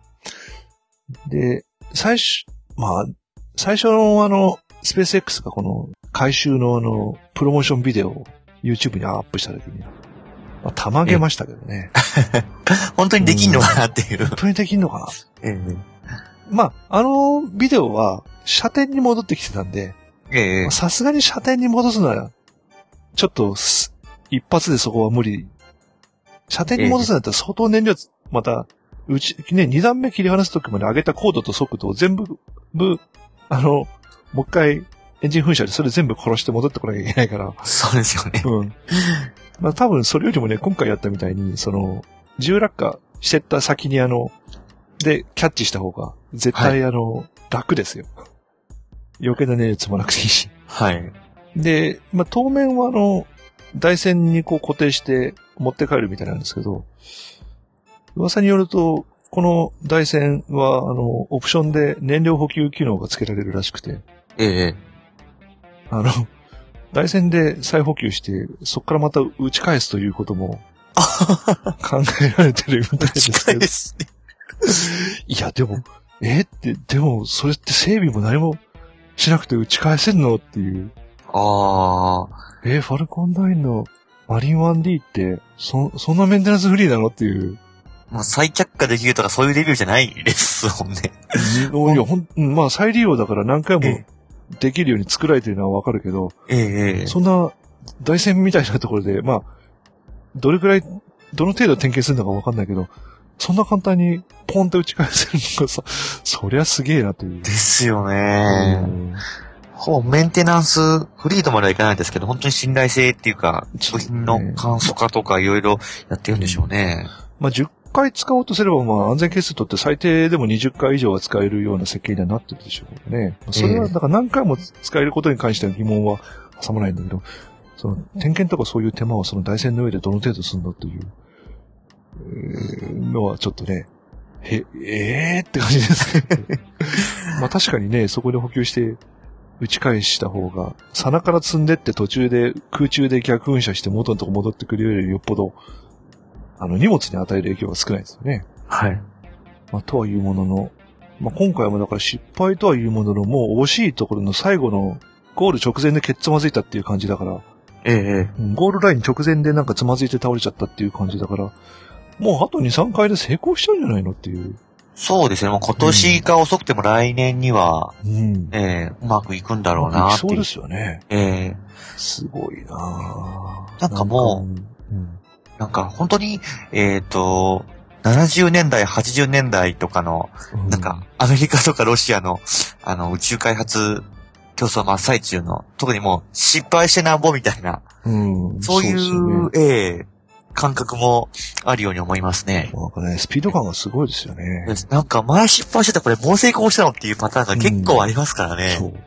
で、最初、まあ、最初のあの、スペース X がこの回収のあの、プロモーションビデオを YouTube にアップした時に、まあ、たまげましたけどね。 本当にできんのかなっていう。 本当にできんのかな。 ええ。 まあ、あのビデオは、射点に戻ってきてたんで、 ええ。 さすがに射点に戻すのは、ちょっと、一発でそこは無理。射点に戻すんだったら相当燃料、また、うち、ね、二段目切り離すときまで上げた高度と速度を全部、ぶ、あの、もう一回、エンジン噴射でそれ全部殺して戻ってこなきゃいけないから。 そうですよね。 うん。まあ多分それよりもね、今回やったみたいに、その、重落下してった先にあの、で、キャッチした方が、絶対あの、はい、楽ですよ。余計な燃料積まなくていいし。 はい。 で、まあ当面はあの、台線にこう固定して持って帰るみたいなんですけど、噂によると、この台線は、あの、オプションで燃料補給機能が付けられるらしくて。 ええ。 あの、台線で再補給して、そこからまた打ち返すということも、考えられてるみたいですけど。 打ち返すね。 いや、でも、えって、でも、それって整備も何もしなくて打ち返せんのっていう。 ああ。 えー、ファルコンナインのマリン ワンディー って、そ、そんなメンテナンスフリーなのっていう。 まあ、再着火できるとかそういうレベルじゃないですもんね。 いや、ほん、まあ、再利用だから何回もできるように作られてるのはわかるけど、 ええ、 そんな台線みたいなところで、まあ、どれくらい、どの程度点検するのかわかんないけど、そんな簡単にポンと打ち返せるのがさ、そりゃすげえなという。 ですよね。ほぼメンテナンスフリーとまではいかないですけど、本当に信頼性っていうか、部品の簡素化とかいろいろやってるんでしょうね。 うん、まあ、じゅっかい使おうとすれば、まあ、安全係数とって最低でもにじゅっかい以上は使えるような設計にはなってるでしょうけどね。それは、だから何回も使えることに関しては疑問は挟まないんだけど、その、点検とかそういう手間をその台線の上でどの程度するんだという、えー、のはちょっとね、へ、えーって感じですね。まあ確かにね、そこで補給して打ち返した方が、さなから積んでって途中で空中で逆噴射して元のとこ戻ってくるよりよっぽど、あの、荷物に与える影響が少ないですよね。 はい。 まあ、とはいうものの、まあ、今回もだから失敗とはいうものの、もう惜しいところの最後のゴール直前でケツまずいたっていう感じだから、 ええ、 ゴールライン直前でなんかつまずいて倒れちゃったっていう感じだから、もうあとに、さんかいで成功しちゃうんじゃないのっていう。 そうですね。もう今年が遅くても来年には、 うん。 えー、うまくいくんだろうなって。 そうですよね。 えー、 すごいなぁ。 なんかもう、 なんか、うん、 なんか本当に、えっと、ななじゅうねんだい、はちじゅうねんだいとかの、なんか、アメリカとかロシアの、あの、宇宙開発競争真っ最中の、特にもう、失敗してなんぼみたいな、 うん、 そういう、 そうええ感覚もあるように思いますね。 なんかね、スピード感がすごいですよね。 なんか、前失敗してたこれ、もう成功したのっていうパターンが結構ありますからね。 うん、そう。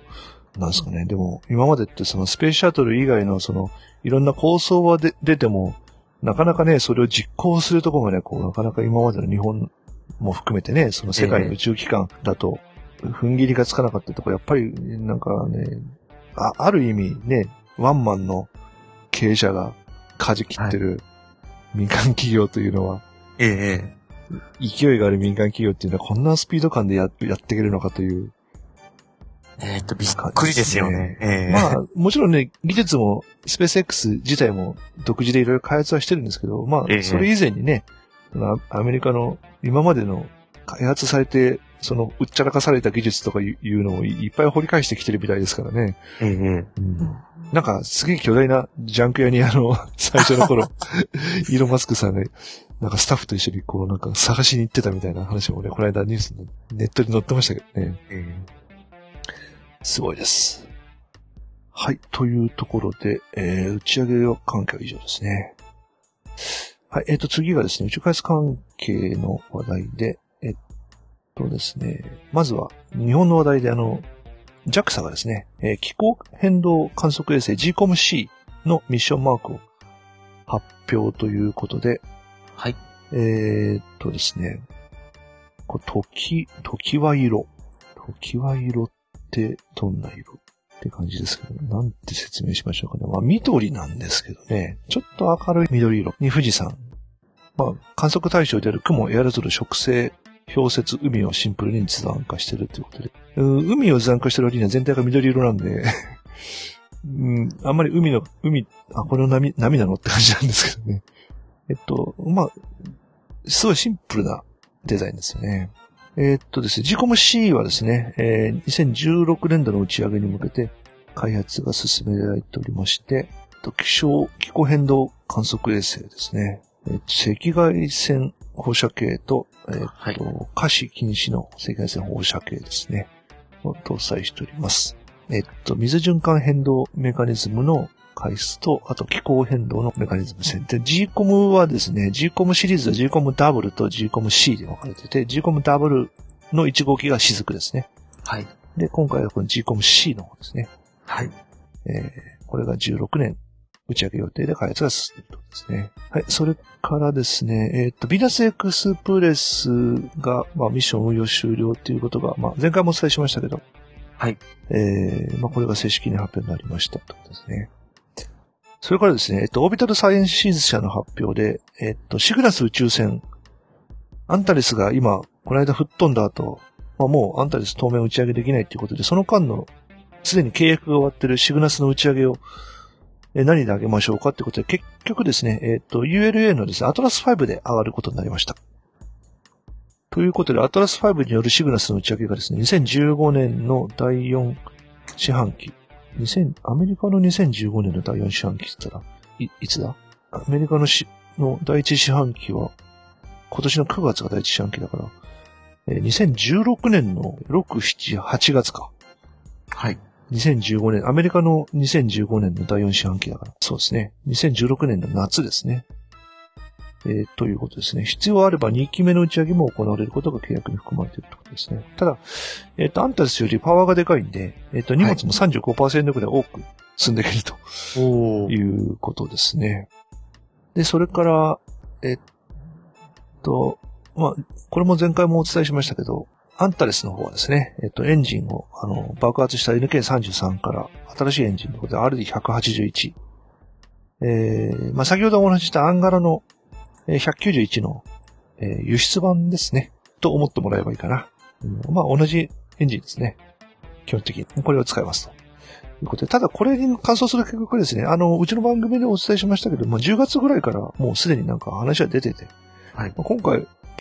なんですかね。でも、今までってそのスペースシャトル以外のその、いろんな構想はで出ても、なかなかね、それを実行するところがね、こう、なかなか今までの日本も含めてね、その世界の宇宙機関だと、踏ん切りがつかなかったところ、やっぱり、なんかね、あ、ある意味ね、ワンマンの経営者が舵切ってる民間企業というのは、 ええ、 勢いがある民間企業っていうのはこんなスピード感でや、やっていけるのかという。 えっと、びっくりですよね。ええ、 まあ、もちろんね、技術も、スペース X 自体も独自でいろいろ開発はしてるんですけど、まあ、それ以前にね、アメリカの今までの開発されて、その、うっちゃらかされた技術とかいうのをいっぱい掘り返してきてるみたいですからね。 ええ、うん、 なんか、すげえ巨大なジャンク屋にあの、最初の頃、イーロン・マスクさんが、なんかスタッフと一緒にこう、なんか探しに行ってたみたいな話もね、この間ニュースのネットに載ってましたけどね。ええ、すごいです。はい。というところで、えー、打ち上げ関係は以上ですね。はい。えっと、次がですね、宇宙開発関係の話題で、えっとですね、まずは、日本の話題であの、ジャクサ がですね、えー、気候変動観測衛星 ジーコムシー のミッションマークを発表ということで、 はい。 えー、っとですね、こう時、時は色。時は色ってどんな色って感じですけど、なんて説明しましょうかね。まあ緑なんですけどね、ちょっと明るい緑色に富士山。まあ観測対象である雲、エアロゾル、植生、氷雪、海をシンプルに図案化してるということで。海を図案化してる割には全体が緑色なんで、うん、あんまり海の、海、あ、これの波、波なのって感じなんですけどね。えっと、まあ、すごいシンプルなデザインですよね。えー、っとですね、ジーコムシー はですね、えー、にせんじゅうろくねんどの打ち上げに向けて開発が進められておりまして、気象、気候変動観測衛星ですね。赤外線放射計と、えー、っと、はい、可視禁止の赤外線放射計ですね。を搭載しております。えっと、水循環変動メカニズムの開発と、あと気候変動のメカニズムですね。で、ジーコム はですね、ジーコム シリーズは ジーコムダブル と ジーコムシー で分かれてて、ジーコムダブル のいち号機が雫ですね。はい。で、今回はこの ジーコムシー の方ですね。はい。えー、これがじゅうろくねん打ち上げ予定で開発が進んでいるところですね。はい。それからですね、えっと、ビーナス X プレスが、まあ、ミッション運用終了ということが、まあ、前回もお伝えしましたけど、はい。えー、まあ、これが正式に発表になりましたということですね。それからですね、えっと、オービタルサイエンシーズ社の発表で、えっと、シグナス宇宙船、アンタレスが今、この間吹っ飛んだ後、まあ、もうアンタレス当面打ち上げできないということで、その間の、すでに契約が終わっているシグナスの打ち上げを、え何で上げましょうかってことで、結局ですね、えっと、ユーエルエー のですね、アトラスファイブで上がることになりました。ということで、アトラスファイブによるシグナスの打ち上げがですね、にせんじゅうごねんのだいよん四半期、にせんアメリカのにせんじゅうごねんのだいよん四半期って言ったら、い、いつだアメリカのしのだいいち四半期は、今年のくがつがだいいち四半期だから、えー、にせんじゅうろくねんのろく、しち、はちがつか。はい。にせんじゅうごねん、アメリカのにせんじゅうごねんのだいよん四半期だから。そうですね。にせんじゅうろくねんの夏ですね。えー、ということですね。必要あればにきめの打ち上げも行われることが契約に含まれているということですね。ただ、えっ、ー、と、アンタレスよりパワーがでかいんで、えっ、ー、と、荷物も さんじゅうごパーセント くらい多く積んでいけると、はい、いうことですね。で、それから、えっ、ー、と、まあ、これも前回もお伝えしましたけど、アンタレスの方はですね、えっと、エンジンを、あの、爆発した エヌケーさんじゅうさん から新しいエンジンのことで アールディーひゃくはちじゅういち。えー、まあ、先ほどお話ししたアンガラのひゃくきゅうじゅういちの、えー、輸出版ですね。と思ってもらえばいいかな。うん、まあ、同じエンジンですね。基本的に。これを使いますと。いうことで、ただこれに関想する結果ですね、あの、うちの番組でお伝えしましたけど、まあ、じゅうがつぐらいからもうすでになんか話は出てて、はい、まあ、今回、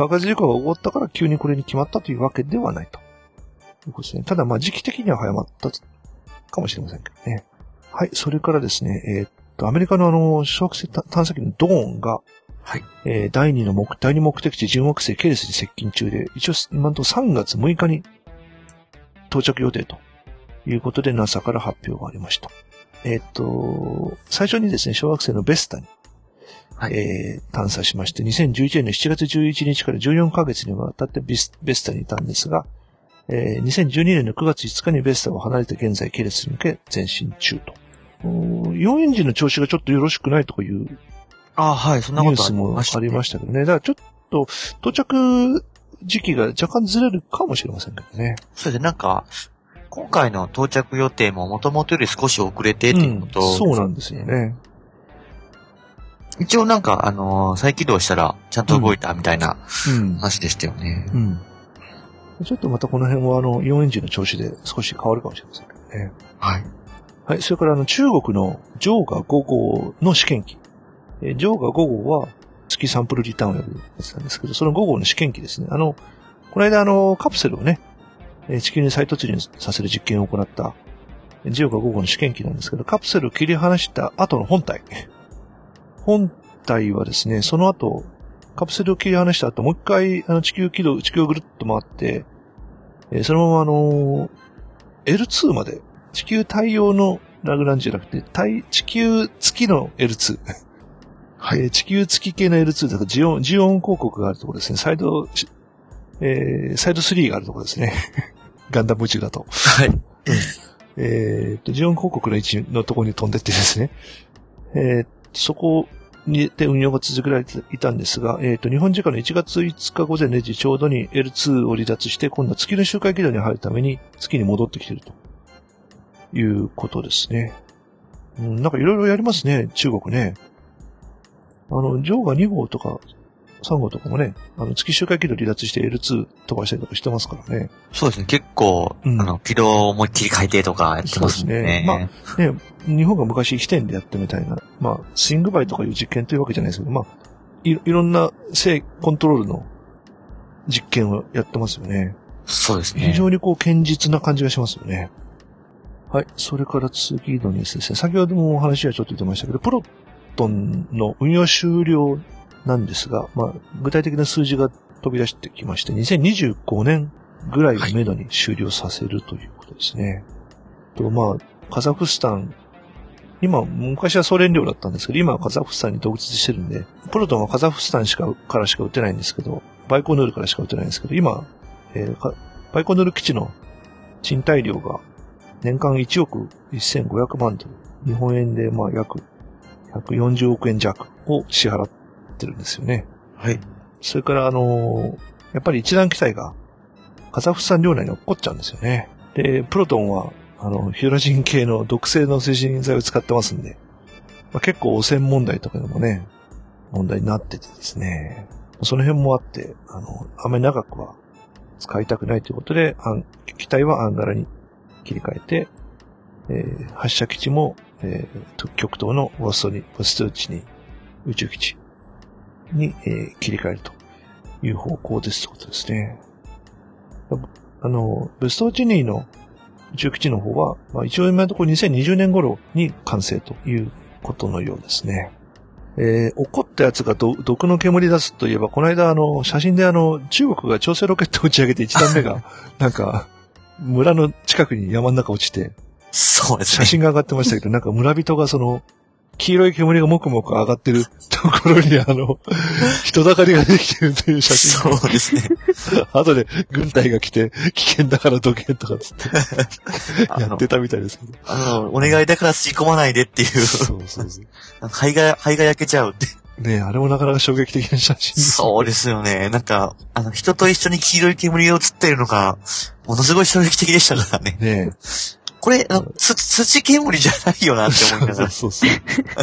爆発事故が起こったから急にこれに決まったというわけではないということですね。ただまあ時期的には早まったかもしれませんけどね。はい。それからですね、えー、っと、アメリカのあの、小惑星探査機のドーンが、 はい。 えー、第二の目、第二目的地、準惑星ケレスに接近中で、一応今のところさんがつむいかに到着予定ということで ナサ から発表がありました。えー、っと、最初にですね、小惑星のベスタに、はい、えー、探査しまして、にせんじゅういちねんのしちがつじゅういちにちからじゅうよんかげつにわたってベスタにいたんですが、えー、にせんじゅうにねんのくがついつかにベスタを離れて現在ケレスに向け前進中と。イオンエンジンの調子がちょっとよろしくないとかいう、 ああ、はい、そんなことありニュースもありましたけどね。だからちょっと到着時期が若干ずれるかもしれませんけどね。 そうですね、なんか、今回の到着予定も元々より少し遅れてっていうこと、 うん、そうなんですよね。 一応なんか、あのー、再起動したらちゃんと動いたみたいな話でしたよね。 うん。うんうん、ちょっとまたこの辺はあの、イオンエンジンの調子で少し変わるかもしれませんけどね。 はい。 はい。それからあの、中国のジョーガご号の試験機。えー、ジョーガご号は月サンプルリターンをやるやつなんですけど、そのご号の試験機ですね。あの、この間あの、カプセルをね、地球に再突入させる実験を行った、ジオガご号の試験機なんですけど、カプセルを切り離した後の本体。本体はですね、その後、カプセルを切り離した後、もう一回、あの、地球軌道、地球をぐるっと回って、そのままあの、エルツー まで、地球太陽のラグランジじゃなくて、地球月の エルツー。はい。地球月系の エルツー だとジオン、ジオン広告があるところですね。サイド、えー、サイドスリーがあるところですね。ガンダム宇宙だと。 はい。 えっと、ジオン広告の位置のところに飛んでってですね。えー、そこに、で運用が続けられていたんですが、えっと、日本時間のいちがついつかごぜんれいじちょうどに エルツー を離脱して、今度は月の周回軌道に入るために月に戻ってきているということですね。うん、なんかいろいろやりますね、中国ね。あの、ジョーガに号とかさん号とかもね、あの、月周回軌道離脱して エルツー 飛ばしたりとかしてますからね。 そうですね、結構、うん、あの、軌道を思いっきり変えてとかやってますね。そうですね。 まあ、ね、日本が昔飛天でやったみたいな、まあ、スイングバイとかいう実験というわけじゃないですけど、まあ、い, いろんな制コントロールの実験をやってますよね。 そうですね。 非常にこう、堅実な感じがしますよね。はい。それから次のニュースですね。先ほどもお話はちょっと出ましたけど、プロトンの運用終了なんですが、まあ、具体的な数字が飛び出してきまして、にせんにじゅうごねんぐらいをめどに終了させるということですね。はい、と、まあ、カザフスタン、今、昔はソ連領だったんですけど、今はカザフスタンに独立してるんで、プロトンはカザフスタンしか、からしか撃てないんですけど、バイコヌールからしか撃てないんですけど、今、えー、バイコヌール基地の賃貸料が年間いちおくせんごひゃくまんドル、日本円でまあ約ひゃくよんじゅうおくえん弱を支払ってるんですよね。 はい。 それからあのー、やっぱり一段機体がカザフスタン領内に落っこっちゃうんですよね。で、プロトンはあの、ヒュラジン系の毒性の推進剤を使ってますんで、まあ、結構汚染問題とかでもね、問題になっててですね、その辺もあって、あの、あまり長くは使いたくないということで、機体はアンガラに切り替えて、えー、発射基地も、えー、極東のボストに、ボストーチに宇宙基地に、えー、切り替えるという方向ですということですね。あの、ボストーチニーの宇宙基地の方は、まあ、一応今のところにせんにじゅうねん頃に完成ということのようですね。えー、怒ったやつがど毒の煙出すといえば、この間あの、写真であの、中国が長征ロケットを打ち上げていちだんめが、なんか、村の近くに山の中落ちて、 そうですね。 写真が上がってましたけど、なんか村人がその、黄色い煙がもくもく上がってるところにあの、人だかりができてるという写真。 そうですね。 後で軍隊が来て、危険だからどけとかつって、やってたみたいですけど。 あの、お願いだから吸い込まないでっていう。そうそうそう。肺が、肺が焼けちゃうって。 ねえ、あれもなかなか衝撃的な写真です。 そうですよね。なんか、あの、人と一緒に黄色い煙が映っているのが、ものすごい衝撃的でしたからね。 ねえ。 これ、あの、つ、土煙じゃないよなって思いながら。 そうそうそう。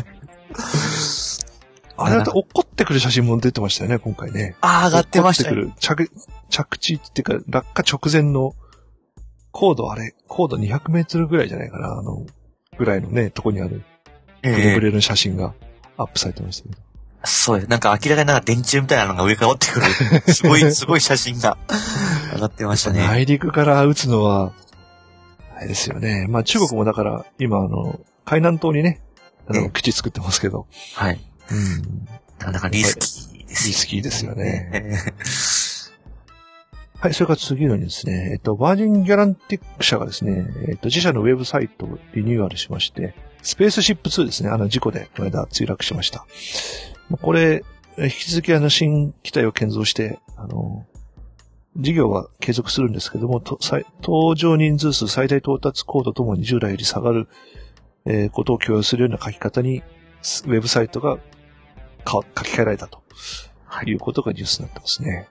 あれだと落っこってくる写真も出てましたよね、今回ね。 ああ、上がってましたね。落っこってくる。着、着地っていうか、落下直前の、高度あれ、高度にひゃくメートルぐらいじゃないかな、あの、ぐらいのね、とこにある、ブレブレの写真がアップされてましたけど。 そうです。なんか明らかになんか電柱みたいなのが上から落ってくる。すごい、すごい写真が上がってましたね。 内陸から撃つのは、あれですよね。まあ中国もだから、今あの、海南島にね、あの、基地作ってますけど。 はい。 うん。 なかなかリスキーですよね。 リスキーですよね。はい、それから次のにですね、えっと、バージンギャランティック社がですね、えっと、自社のウェブサイトをリニューアルしまして、スペースシップツーですね、あの事故でこの間墜落しました。これ、引き続きあの新機体を建造して、あの、事業は継続するんですけども、搭乗人数数最大到達高度ともに従来より下がる、えー、ことを許容するような書き方に、ウェブサイトが書き換えられたということがニュースになってますね。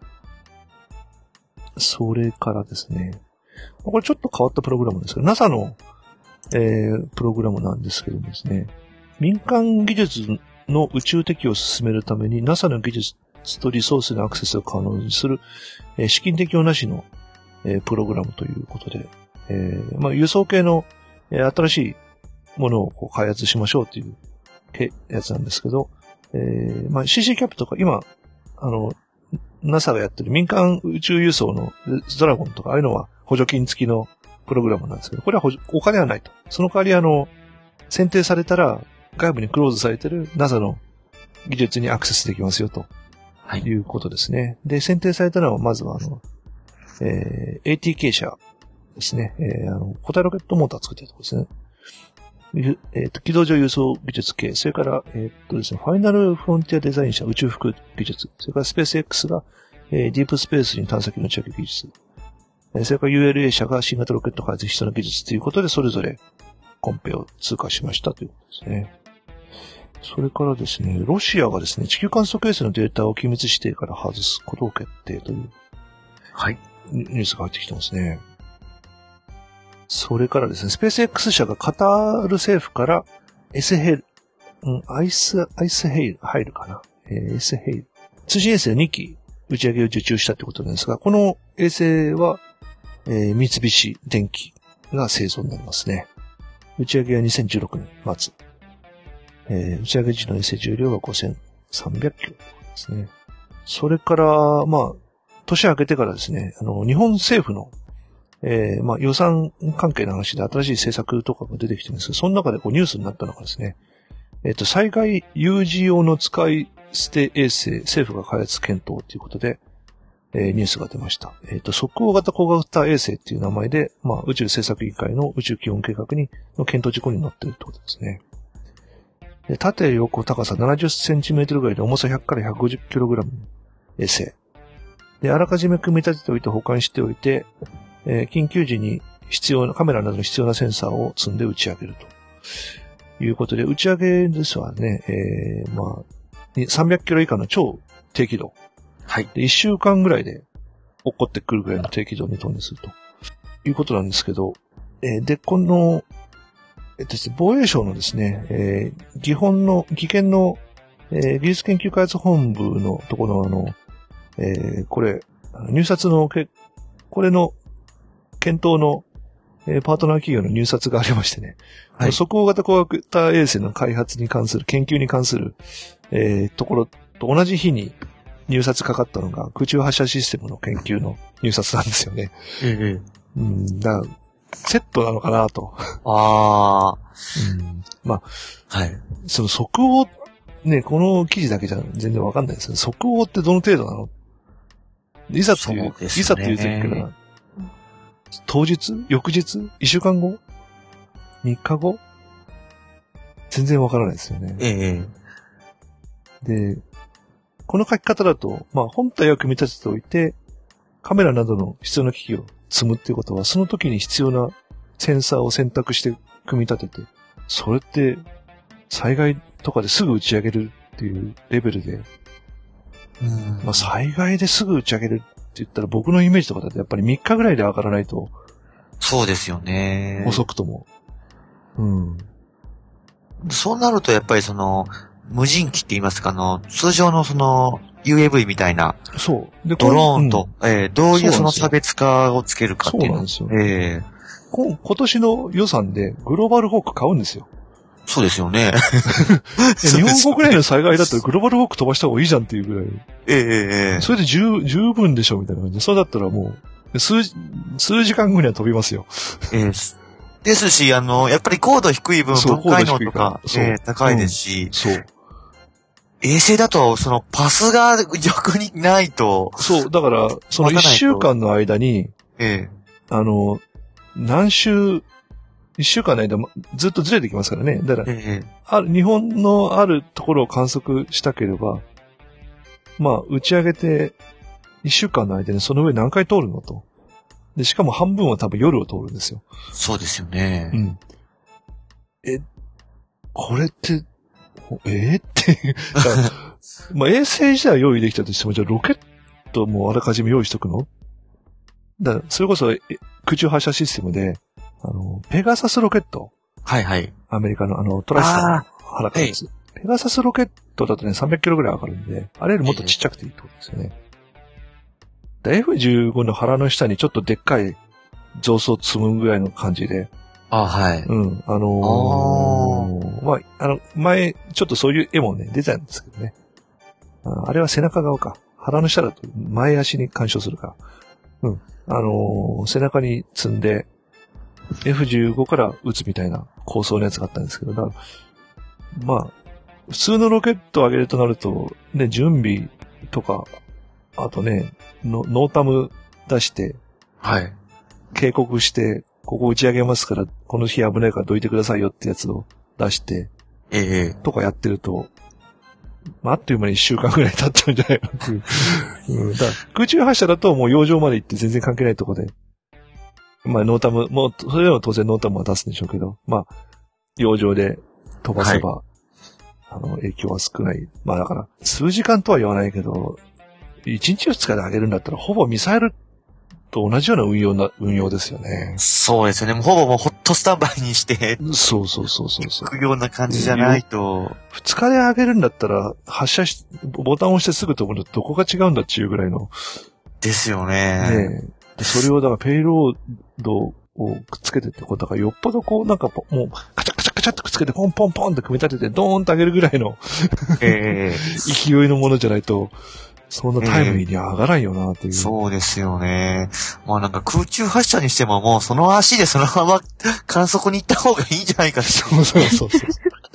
それからですね、これちょっと変わったプログラムですけど、ナサ の、えー、プログラムなんですけどもですね、民間技術の宇宙適用を進めるために ナサ の技術とリソースのアクセスを可能にする、えー、資金適用なしの、えー、プログラムということで、えーまあ、輸送系の、えー、新しいものをこう開発しましょうというやつなんですけど、えーまあ、シーシー キャップとか今、あの、ナサ がやってる民間宇宙輸送のドラゴンとかああいうのは補助金付きのプログラムなんですけど、これはお金はないと。その代わりあの、選定されたら外部にクローズされてる ナサ の技術にアクセスできますよということですね。はい、で、選定されたのはまずはあの、えー、エーティーケー 社ですね。えー、あの、固体ロケットモーター作ってるところですね。えっと、軌道上輸送技術系、それから、えっとですね、ファイナルフロンティアデザイン社宇宙服技術、それからスペース X が、えー、ディープスペースに探査機の打ち上げ技術、えー、それから ユーエルエー 社が新型ロケット開発必要な技術ということで、それぞれコンペを通過しましたということですね。それからですね、ロシアがですね、地球観測衛星のデータを機密指定から外すことを決定という、はい、ニュースが入ってきてますね。それからですね、スペース X 社がカタール政府からエスヘイル、うん、アイス、アイスヘイル、入るかな、えー、エスヘイル。通信衛星にき打ち上げを受注したってことなんですが、この衛星は、えー、三菱電機が製造になりますね。打ち上げはにせんじゅうろくねん末。えー、打ち上げ時の衛星重量はごせんさんびゃくキロですね。それから、まあ、年明けてからですね、あの、日本政府のえー、まあ予算関係の話で新しい政策とかが出てきてるんですけど、その中でこうニュースになったのがですね、えっと、災害有事用の使い捨て衛星、政府が開発検討ということで、えー、ニュースが出ました。えっと、即応型小型衛星っていう名前で、まあ宇宙政策委員会の宇宙基本計画に、の検討事項に載っているってことですね。で、縦横高さななじゅっセンチメートルぐらいで重さひゃくからひゃくごじゅっキログラムの衛星。で、あらかじめ組み立てておいて保管しておいて、えー、緊急時に必要な、カメラなどに必要なセンサーを積んで打ち上げるということで、打ち上げですわね、えー、まあ、さんびゃくキロ以下の超低軌道。はい。で、いっしゅうかんぐらいで落っこってくるぐらいの低軌道に飛んでするということなんですけど、えー、で、この、えっとですね、防衛省のですね、えー、技本の、技研の、えー、技術研究開発本部のところのあの、えー、これ、入札のけ、これの、検討の、えー、パートナー企業の入札がありましてね。はい。即応型小型衛星の開発に関する、研究に関する、えー、ところと同じ日に入札かかったのが空中発射システムの研究の入札なんですよね。ええ。うん、だからセットなのかなと。ああ。うん。まあ、はい。その即応、ね、この記事だけじゃ全然わかんないですけど、即応ってどの程度なの？いざという、いざという時から、当日？翌日？一週間後？三日後？全然わからないですよね。ええ。で、この書き方だと、まあ本体を組み立てておいて、カメラなどの必要な機器を積むっていうことは、その時に必要なセンサーを選択して組み立てて、それって災害とかですぐ打ち上げるっていうレベルで、うんまあ災害ですぐ打ち上げるって言ったら僕のイメージとかだとやっぱりみっかぐらいで上がらないと。そうですよね。遅くとも。うん。そうなるとやっぱりその、無人機って言いますか、あの、通常のその、ユーエーブイ みたいな、そう。でドローンと、うん、えー、どういうその差別化をつけるかっていうの。そうなんですよ。えー、今年の予算でグローバルホーク買うんですよ。 そうですよね。 日本国内の災害だったらグローバルホーク飛ばした方がいいじゃんっていうぐらい。 ええええ。 それで十、十分でしょみたいな感じで。そうだったらもう、数、数時間後には飛びますよ。 ええ。ですし、あの、やっぱり高度低い分、分解能とか、ええ、高いですし、 うん、そう。 衛星だと、そのパスが逆にないと。 そう、だから、その一週間の間に、 ええ。 あの、何週、一週間の間、ずっとずれてきますからね。だから、 ええ、 ある、日本のあるところを観測したければ、まあ、打ち上げて、一週間の間にその上何回通るのと。で、しかも半分は多分夜を通るんですよ。 そうですよね。 うん。え、これって、えー、っていう。まあ、衛星自体用意できたとしても、じゃあロケットもあらかじめ用意しとくの？だから、それこそ空中発射システムで、あの、ペガサスロケット。 はいはい。 アメリカのあの、トライスターの腹からやつ。ペガサスロケットだとね、さんびゃくキロぐらい上がるんで、あれよりもっとちっちゃくていいってことですよね。エフじゅうご の腹の下にちょっとでっかい増層積むぐらいの感じで。 あ、はい。 うん。あのー、あまあ、あの、前、ちょっとそういう絵もね、出たんですけどね。あ, あれは背中側か。腹の下だと前足に干渉するから。うん。あのー、背中に積んで、エフじゅうご から撃つみたいな構想のやつがあったんですけど、だから、まあ、普通のロケットを上げるとなると、ね、準備とか、あとね、ノータム出して、 はい。 警告して、ここ打ち上げますから、この日危ないからどいてくださいよってやつを出して、 ええ。 とかやってると、まあ、あっという間に一週間ぐらい経っちゃうんじゃないかっていう。うん、だから空中発射だともう洋上まで行って全然関係ないとこで、まあ、ノータム、もう、それでも当然ノータムは出すんでしょうけど、まあ、洋上で飛ばせば、はい、あの、影響は少ない。まあだから、数時間とは言わないけど、一日二日で上げるんだったら、ほぼミサイルと同じような運用な、運用ですよね。 そうですよね。もうほぼもうホットスタンバイにして。 そうそうそうそうそう。 行くような感じじゃないと。 二日で上げるんだったら、発射し、ボタンを押してすぐ飛ぶのどこが違うんだっていうぐらいの。 ですよね。 ねえ。それを、だからペイロードをくっつけてってことだから、よっぽどこう、なんかもう、カチャカチャカチャってくっつけて、ポンポンポンって組み立てて、ドーンと上げるぐらいの、えー、勢いのものじゃないと、そんなタイムリーに上がらんよなっていう、えー。 そうですよね。まあなんか空中発射にしてももうその足でそのまま観測に行った方がいいんじゃないかって。 そうそうそうそう。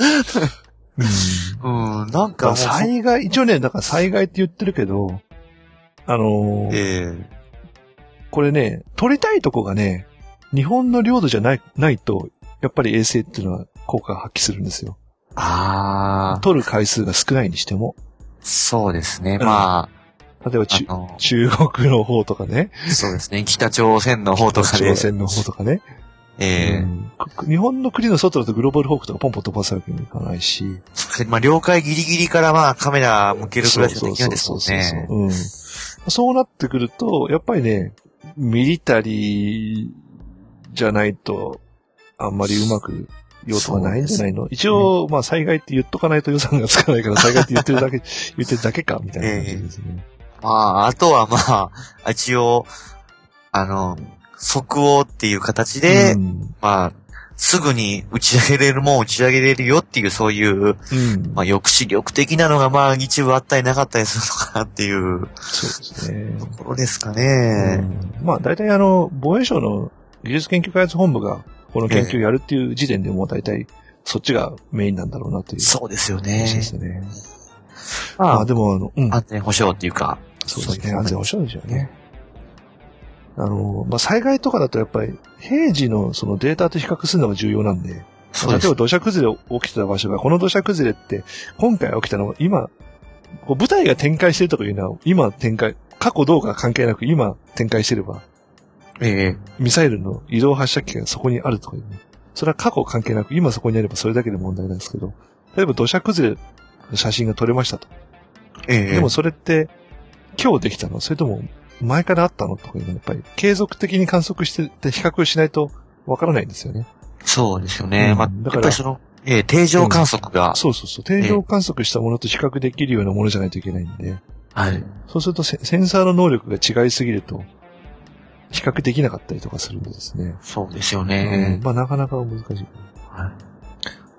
うん、うん、なんかもう。 災害、一応ね、だから災害って言ってるけど、あのー、 えー、 これね、取りたいとこがね、日本の領土じゃない、ないと、やっぱり衛星っていうのは効果を発揮するんですよ。 ああ。 取る回数が少ないにしても。 そうですね。まあ、例えばち中国の方とかね。 そうですね。北朝鮮の方とかで。 北朝鮮の方とかね。 ええーうん。日本の国の外だとグローバルホークとかポンポン飛ばすわけにいかないし。 まあ、領海ギリギリからまあカメラ向けるくらいしかできないですもんね。 うん。そうなってくると、やっぱりね、ミリタリーじゃないと、あんまりうまく用途がないんじゃないの、ね、一応、まあ災害って言っとかないと予算がつかないから災害って言ってるだけ、言ってるだけか、みたいな感じですね。 えー、まあ、あとはまあ、一応、あの、即応っていう形で、うん、まあ、すぐに打ち上げれるもん打ち上げれるよっていうそういう、うん、まあ抑止力的なのがまあ一部あったりなかったりするのかなっていう。 そうですね。 ところですかね。 うん、まあ大体あの、防衛省の技術研究開発本部がこの研究をやるっていう時点でもう大体そっちがメインなんだろうなという。 そうですよね。 そうですね。まあでもあの、 うん、安全保障っていうか。 そうですね。安全保障ですよね。あの、まあ、災害とかだとやっぱり平時のそのデータと比較するのが重要なんで、そうです。例えば土砂崩れ起きてた場所が、この土砂崩れって今回起きたのは今、こう部隊が展開してるとかいうのは今展開、過去どうか関係なく今展開してれば、 ええ、 ミサイルの移動発射機がそこにあるとかいうね。それは過去関係なく今そこにあればそれだけで問題なんですけど、例えば土砂崩れの写真が撮れましたと。 ええ、 でもそれって今日できたの？それとも前からあったのとかいうのはやっぱり継続的に観測してて比較しないとわからないんですよね。 そうですよね。 うん、 まあ、だからやっぱりその、えー、定常観測が、 うん、そうそうそう。定常観測したものと比較できるようなものじゃないといけないんで。 はい。 そうするとセンサーの能力が違いすぎると比較できなかったりとかするんですね。 そうですよね。 うん、まあなかなか難しい。 はい。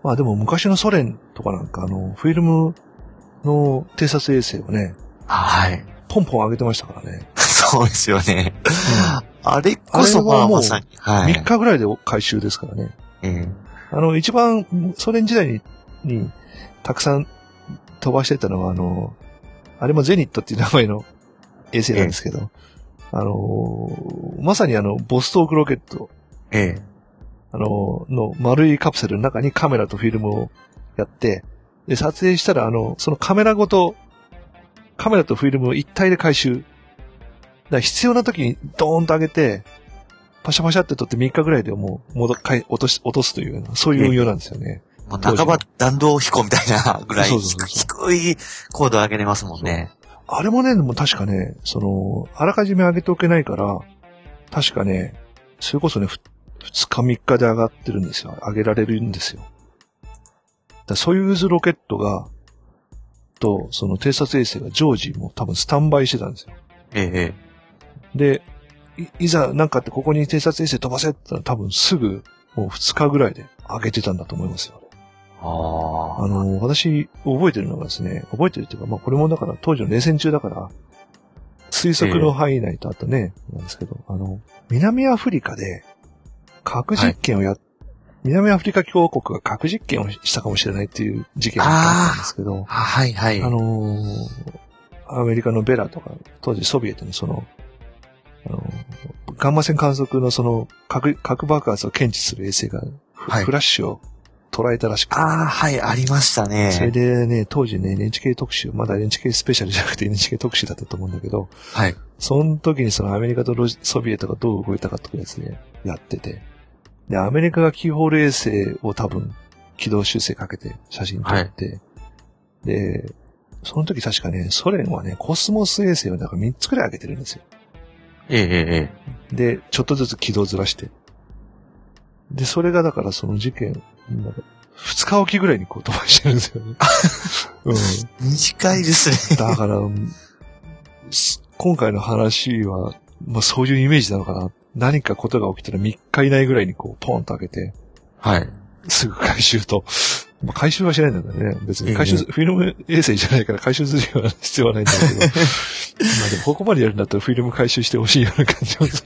まあでも昔のソ連とかなんかあの、フィルムの偵察衛星をね、 はい。 ポンポン上げてましたからね。 そうですよね。うん、あれこそあれはもうまさに、はい。 みっかぐらいで回収ですからね。 ええ、 あの、一番ソ連時代に、にたくさん飛ばしてたのは、あの、あれもゼニットっていう名前の衛星なんですけど、ええ、あの、まさにあの、ボストークロケット、 ええ、 あの、の丸いカプセルの中にカメラとフィルムをやって、で、撮影したら、あの、そのカメラごと、カメラとフィルムを一体で回収。だから必要な時にドーンと上げて、パシャパシャって撮ってみっかぐらいでもう戻、落とし、落とすという、そういう運用なんですよね。 もう半ば弾道飛行みたいなぐらいそうそうそうそう低い高度を上げれますもんね。 あれもね、でも確かね、その、あらかじめ上げておけないから、確かね、それこそね、ふつかみっかで上がってるんですよ。上げられるんですよ。だソユーズロケットが、と、その偵察衛星が常時もう多分スタンバイしてたんですよ。 ええ。 で、い, いざなんかってここに偵察衛星飛ばせって言ったら多分すぐもうふつかぐらいで上げてたんだと思いますよ。 ああ。 あの、私覚えてるのがですね、覚えてるっていうか、まあこれもだから当時の冷戦中だから、推測の範囲内とあとね、えー、なんですけど、あの、南アフリカで核実験をやっ、はい、南アフリカ共和国が核実験をしたかもしれないっていう事件があったんですけど、 はいはい。 あのー、アメリカのベラとか、当時ソビエトのその、あの、ガンマ線観測のその核、核爆発を検知する衛星が、はい、フラッシュを捉えたらしくて。 ああ、はい、ありましたね。 それでね、当時ね、エヌエイチケー 特集、まだ エヌエイチケー スペシャルじゃなくて エヌエイチケー 特集だったと思うんだけど、 はい。 その時にそのアメリカとロソビエトがどう動いたかとかですね、やってて。で、アメリカがキーホール衛星を多分、軌道修正かけて写真撮って、はい、で、その時確かね、ソ連はね、コスモス衛星をだからみっつくらい上げてるんですよ。 ええええ。で、ちょっとずつ軌道ずらして。で、それがだからその事件、ふつかおきぐらいにこう飛ばしてるんですよね。うん。 短いですね。 だから、今回の話は、まあそういうイメージなのかな。何かことが起きたらみっか以内ぐらいにこうポンと開けて。 はい。 すぐ回収と。まあ回収はしないんだけどね。別に回収、えー、フィルム衛星じゃないから回収する必要はないんだけど。まあでもここまでやるんだったらフィルム回収してほしいような感じもす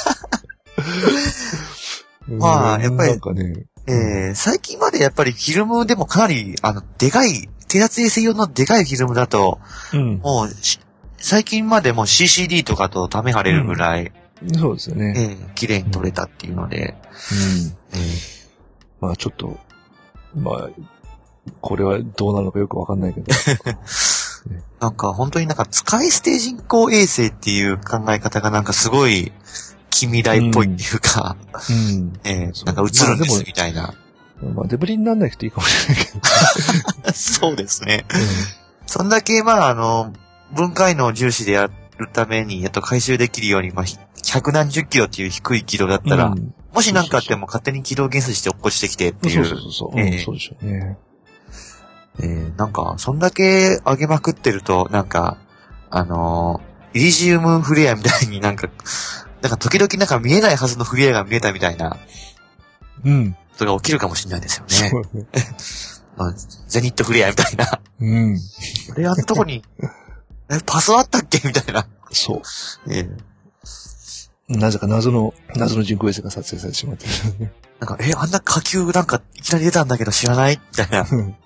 る。まあ、やっぱり、 なんかね、 えー、最近までやっぱりフィルムでもかなり、あの、でかい、偵察衛星用のでかいフィルムだと、うん、もう、最近までもう シーシーディー とかとためはれるぐらい、 うん、そうですよね。 えー、綺麗に撮れたっていうので、うん。 うん、えー、まあちょっと、まあ、これはどうなのかよくわかんないけど。 ね、なんか本当になんか使い捨て人工衛星っていう考え方がなんかすごい近未来っぽいっていうか、うん、えー、なんか映るんですみたいな。 まあ、まあ、デブリにならなくていいかもしれないけど。そうですね。うん、そんだけまああの、分解能重視でやるために、やっと回収できるように、まあ、百何十キロっていう低い軌道だったら、うん、もし何かあっても勝手に軌道減衰して落っこちてきてっていう。 そうそうそう。えー、うん、そうでしょうね。 えー、なんか、そんだけ上げまくってると、なんか、あのー、イリジウムフレアみたいになんか、なんか時々なんか見えないはずのフレアが見えたみたいな、 うん。 ことが起きるかもしれないですよね。 そうね。 まあ、ゼニットフレアみたいな。 うん。 あれあのとこに、え、パスあったっけみたいな。 そう。 えー、なぜか謎の、謎の人工衛星が撮影されてしまってる。 なんか、え、あんな火球なんかいきなり出たんだけど知らないみたいな。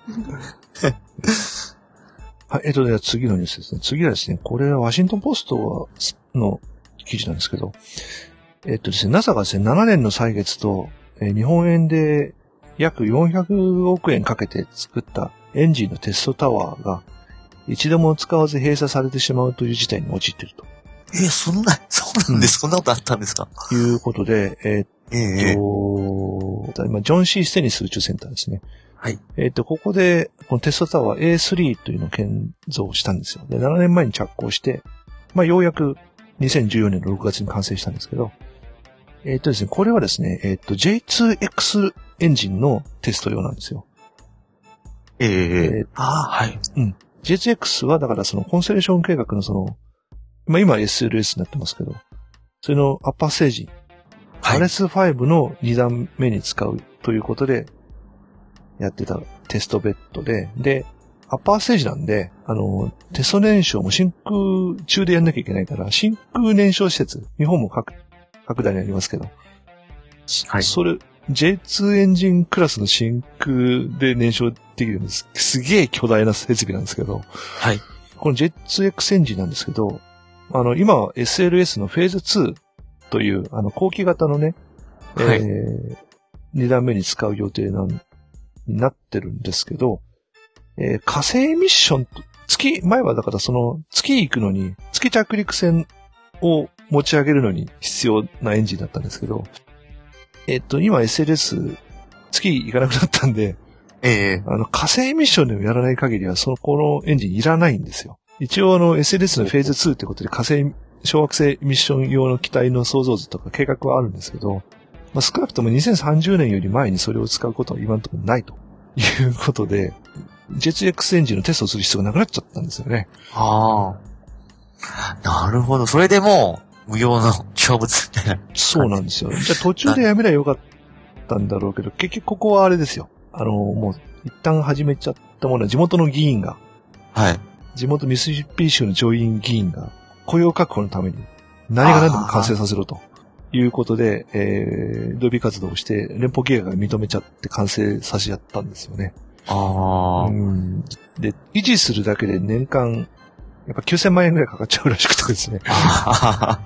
はい、えっと、では次のニュースですね。次はですね、これはワシントンポストの記事なんですけど、えっとですね、ナサ がですね、ななねんの歳月と、えー、日本円で約よんひゃくおくえんかけて作ったエンジンのテストタワーが一度も使わず閉鎖されてしまうという事態に陥っていると。 えー、そんな、そうなんです、うん、そんなことあったんですか？ いうことで、えー、っと、 えー、 今、ジョン・シー・ステニス宇宙センターですね。 はい。 えっと、ここで、このテストタワー エースリー というのを建造したんですよ。で、ななねんまえに着工して、まあ、ようやくにせんじゅうよねんのろくがつに完成したんですけど、えっとですね、これはですね、えっと、ジェイツーエックス エンジンのテスト用なんですよ。 えー、えー、 ああ、はい。 うん。ジェイツーエックス は、だからそのコンステレーション計画のその、まあ、今 エスエルエス になってますけど、それのアッパーステージ、はい、アールエスファイブ のにだんめに使うということで、 やってたテストベッドで、で、アッパーステージなんで、あの、テスト燃焼も真空中でやんなきゃいけないから、真空燃焼施設、日本も各、各大にありますけど、 はい。 それ、ジェイツー エンジンクラスの真空で燃焼できるんです。すげえ巨大な設備なんですけど、 はい。 この ジェイツーエックス エンジンなんですけど、あの、今は エスエルエス のフェーズツーという、あの、後期型のね、 はい。 えー、に段目に使う予定なん、になってるんですけど、えー、火星ミッションと、月、前はだからその、月行くのに、月着陸船を持ち上げるのに必要なエンジンだったんですけど、えっと、今 エスエルエス、月行かなくなったんで、 ええあの、火星ミッションでもやらない限りは、その、このエンジンいらないんですよ。一応あの、エスエルエス のフェーズツーってことで火星、小惑星ミッション用の機体の創造図とか計画はあるんですけど、まあ、少なくともにせんさんじゅうねんより前にそれを使うことは今のところないということで、ジェイツーエックス エンジンのテストをする必要がなくなっちゃったんですよね。 ああ。なるほど。それでもう、無用の成仏みたいな。 そうなんですよ。じゃあ途中でやめりゃよかったんだろうけど、結局ここはあれですよ。あの、もう、一旦始めちゃったものは地元の議員が、 はい。 地元ミシシッピ州の上院議員が、雇用確保のために、何が何でも完成させろと。いうことで、えー、ロビー活動をして、連邦議会が認めちゃって完成させちゃったんですよね。 ああ。 うん。で、維持するだけで年間、やっぱきゅうせんまんえんぐらいかかっちゃうらしくてですね。 はい。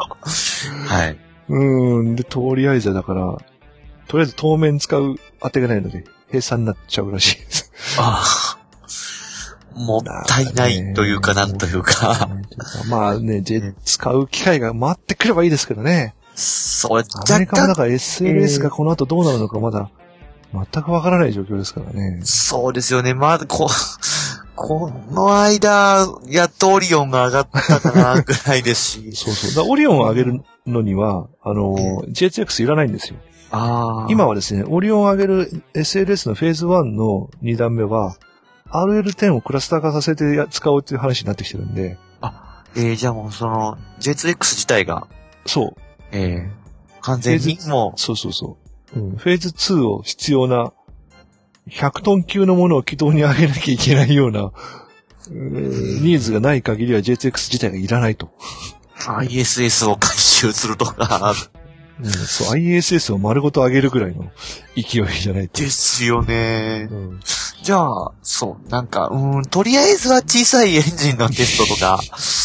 うん。で、とりあえずだから、とりあえず当面使う当てがないので、閉鎖になっちゃうらしいです。 ああ。もったいないというか、なんというか。 まあね、使う機会が回ってくればいいですけどね。 そう、 アメリカもだから エスエルエス がこの後どうなるのかまだ全くわからない状況ですからね。 そうですよね。まだこ、この間、やっとオリオンが上がったかな、ぐらいですし。 そうそう。だオリオンを上げるのには、あの、ジェイツーエックス いらないんですよ。 あ今はですね、オリオンを上げる エスエルエス のフェーズワンのに段目は、アールエルテン をクラスター化させて使おうっていう話になってきてるんで。 あ、えー、じゃあもうその、ジェイツーエックス 自体が。 そう。 ええー、完全にもう。 そうそうそう、うん。フェーズツーを必要な、ひゃくトン級のものを軌道に上げなきゃいけないような、ニーズがない限りは ジェイツーエックス 自体がいらないと。 アイエスエス を回収するとか。 うん、そう、アイエスエス を丸ごと上げるぐらいの勢いじゃないと。 ですよね。うん、じゃあ、そう、なんか、うん、とりあえずは小さいエンジンのテストとか。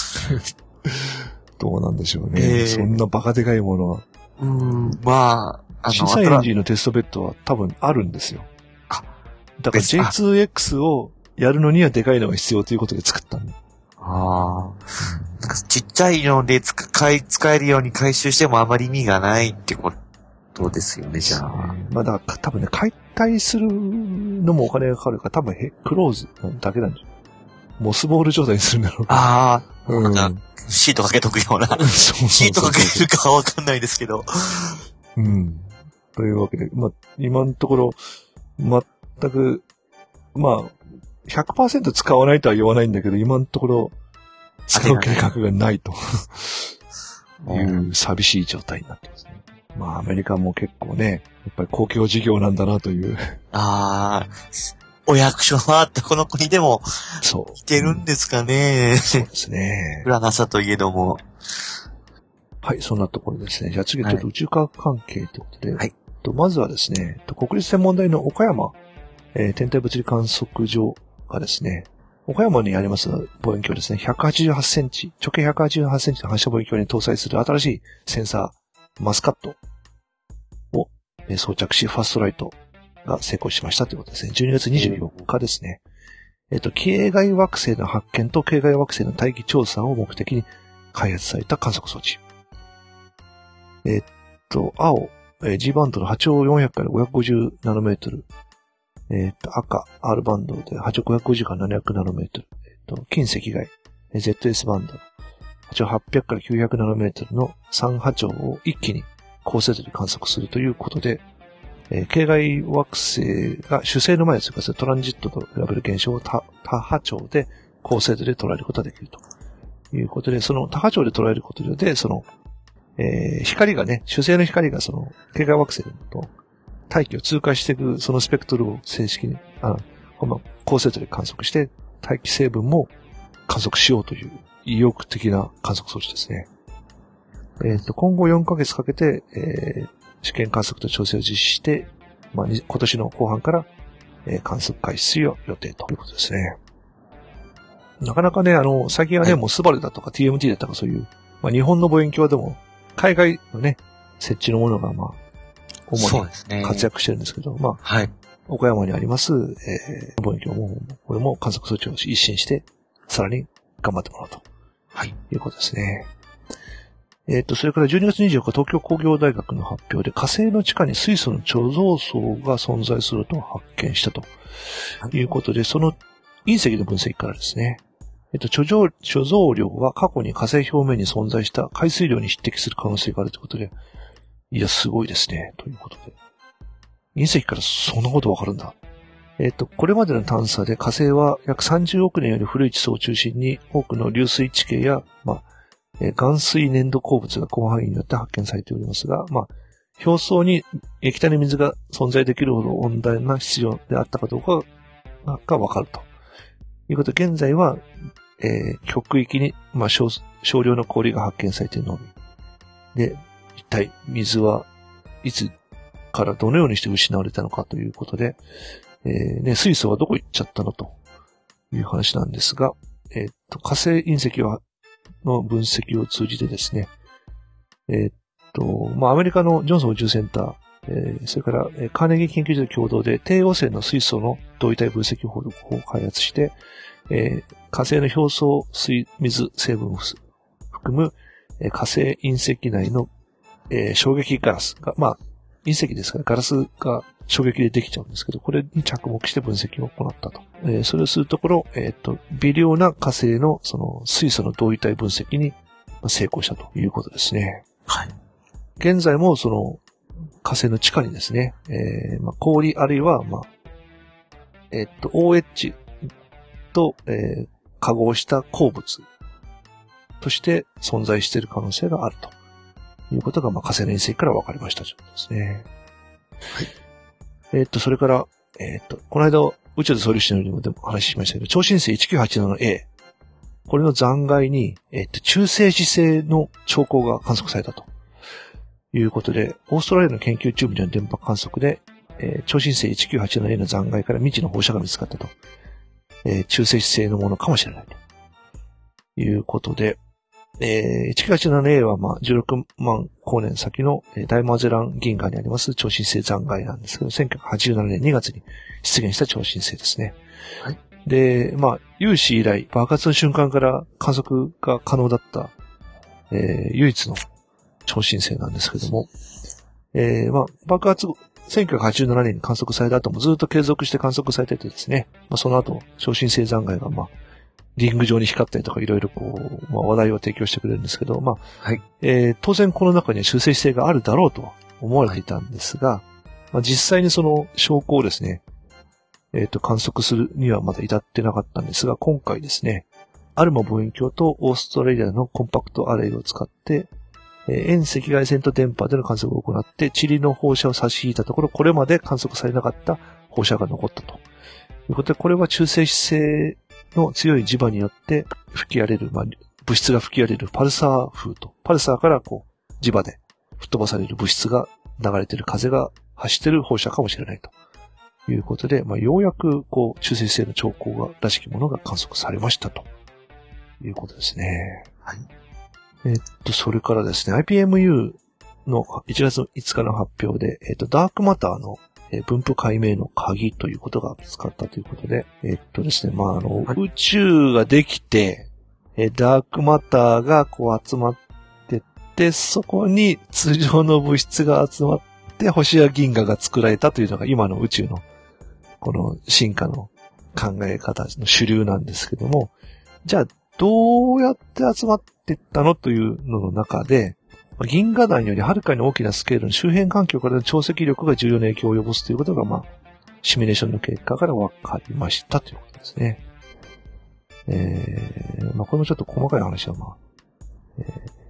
どうなんでしょうね。 えー、 そんなバカでかいものは。 うん、まあ、あの、 小さいエンジンのテストベッドは多分あるんですよ。あ、だから ジェイツーエックス をやるのにはでかいのが必要ということで作ったんだ。 ああ。なんかちっちゃいので使い、使えるように回収してもあまり意味がないってことですよね、じゃあ。 まあだから多分ね、解体するのもお金がかかるから多分ヘクローズだけなんじゃ。モスボール状態にするんだろうか。 ああ。 うん。 シートかけとくような。そうそうそうシートかけるかわかんないですけど。 うん。というわけで、まあ、今のところ、全く、まあ、ひゃくパーセント 使わないとは言わないんだけど、今のところ、使う計画がないという寂しい状態になってますね。まあ、アメリカも結構ね、やっぱり公共事業なんだなという。 ああ、お役所はあったこの国でも、 そう。 いけるんですかね。うん、 そうですね。 裏なさといえども。 はい、そんなところですね。じゃあ次、ちょっと宇宙科学関係ということで、 はい。 とまずはですね、国立天文台の岡山、えー、天体物理観測所がですね、岡山にあります望遠鏡ですね、ひゃくはちじゅうはちセンチ、直径ひゃくはちじゅうはちセンチの反射望遠鏡に搭載する新しいセンサー、マスカットを装着し、ファーストライトが成功しましたということですね。じゅうにがつにじゅうよっかですね。えっと、系外惑星の発見と系外惑星の大気調査を目的に開発された観測装置。えっと、青、G バンドの波長よんひゃくからごひゃくごじゅうナノメートル。えっと、赤、R バンドで波長ごひゃくごじゅうからななひゃくナノメートル。えっと、近赤外、ゼットエス バンドの波長はっぴゃくからきゅうひゃくナノメートルのさん波長を一気に高精度で観測するということで、えー、系外惑星が主星の前に通過するトランジットと比べる現象を多波長で高精度で捉えることができるということで、その多波長で捉えることで、その、えー、光がね、主星の光がその、系外惑星と大気を通過していくそのスペクトルを正式に、あこの高精度で観測して、大気成分も観測しようという意欲的な観測装置ですね。えっと、今後よんかげつかけて、えー、試験観測と調整を実施して、まあ、今年の後半から、えー、観測開始を予定ということですね。なかなかね、あの、最近はね、はい、もうスバルだとか ティーエムティー だとかそういう、まあ、日本の望遠鏡でも、海外のね、設置のものが、まあ、主に活躍してるんですけど、ね、まあ、はい、岡山にあります、えー、望遠鏡も、これも観測装置を一新して、さらに頑張ってもらうと。はい。いうことですね。えっと、それからじゅうにがつにじゅうよっか、東京工業大学の発表で、火星の地下に水素の貯蔵層が存在すると発見したということで、その隕石の分析からですね、えっと、貯蔵、貯蔵量は過去に火星表面に存在した海水量に匹敵する可能性があるということで、いや、すごいですね、ということで。隕石からそんなことわかるんだ。えっと、これまでの探査で火星は約さんじゅうおくねんより古い地層を中心に多くの流水地形や、まあ、えー、岩水粘土鉱物が広範囲によって発見されておりますが、まあ、表層に液体の水が存在できるほど温暖な質量であったかどうかがわかるということで、現在は、えー、極域に、まあ少、少量の氷が発見されているのみ。で、一体水はいつからどのようにして失われたのかということで、えー、ね、水素はどこ行っちゃったのという話なんですが、えー、っと、火星隕石は、の分析を通じてですね、えー、っと、まあ、アメリカのジョンソン宇宙センター、えー、それから、えー、カーネギー研究所と共同で低汚染の水素の同位体分析方法を開発して、えー、火星の表層水、水成分を含む、えー、火星隕石内の、えー、衝撃ガラスが、まあ、隕石ですからガラスが衝撃でできちゃうんですけど、これに着目して分析を行ったと。えー、それをするところ、えっと、微量な火星のその水素の同位体分析に成功したということですね。はい。現在もその火星の地下にですね、えー、まあ、氷あるいは、まあ、えっと、オーエイチ と、えー、化合した鉱物として存在している可能性があるということが、まあ、火星の隕石から分かりましたということですね。はい。えっと、それから、えっと、この間、宇宙で総理してのようにも話しましたけど、超新星 いちきゅうはちななエー。これの残骸に、えっと、中性子星の兆候が観測されたということで、オーストラリアの研究チームでの電波観測で、えー、超新星 いちきゅうはちななエー の残骸から未知の放射が見つかったと。えー、中性子星のものかもしれないということで、えー、いちきゅうはちななエー は、まあ、じゅうろくまんこうねん先の、えー、大マゼラン銀河にあります超新星残骸なんですけど、せんきゅうひゃくはちじゅうななねんにがつに出現した超新星ですね。はい。で、まあ、有史以来、爆発の瞬間から観測が可能だった、えー、唯一の超新星なんですけども、えー、まあ、爆発、せんきゅうひゃくはちじゅうななねんに観測された後もずっと継続して観測されててですね、まあ、その後、超新星残骸が、まあ、リング状に光ったりとかいろいろこう、まあ、話題を提供してくれるんですけど、まあ、はい。えー、当然この中には中性子星があるだろうと思われていたんですが、はい、まあ、実際にその証拠をですね、えっと、観測するにはまだ至ってなかったんですが、今回ですね、アルマ望遠鏡とオーストラリアのコンパクトアレイを使って、えー、遠赤外線と電波での観測を行って、塵の放射を差し引いたところ、これまで観測されなかった放射が残ったということで、これは中性子星の強い磁場によって吹き荒れる、まあ、物質が吹き荒れるパルサー風と、パルサーからこう、磁場で吹っ飛ばされる物質が流れている風が発している放射かもしれないということで、まあ、ようやくこう、中性子星の兆候が、らしきものが観測されましたということですね。はい。えっと、それからですね、アイピーエムユー のいちがついつかの発表で、えっと、ダークマターの分布解明の鍵ということが見つかったということで、えっとですね、まあ、あの、はい、宇宙ができて、え、ダークマターがこう集まってって、そこに通常の物質が集まって、星や銀河が作られたというのが今の宇宙のこの進化の考え方の主流なんですけども、じゃあどうやって集まっていったのというのの中で、銀河団よりはるかに大きなスケールの周辺環境からの潮汐力が重要な影響を及ぼすということが、まあ、シミュレーションの結果から分かりましたということですね。えー、まあ、これもちょっと細かい話は、まあ、えー、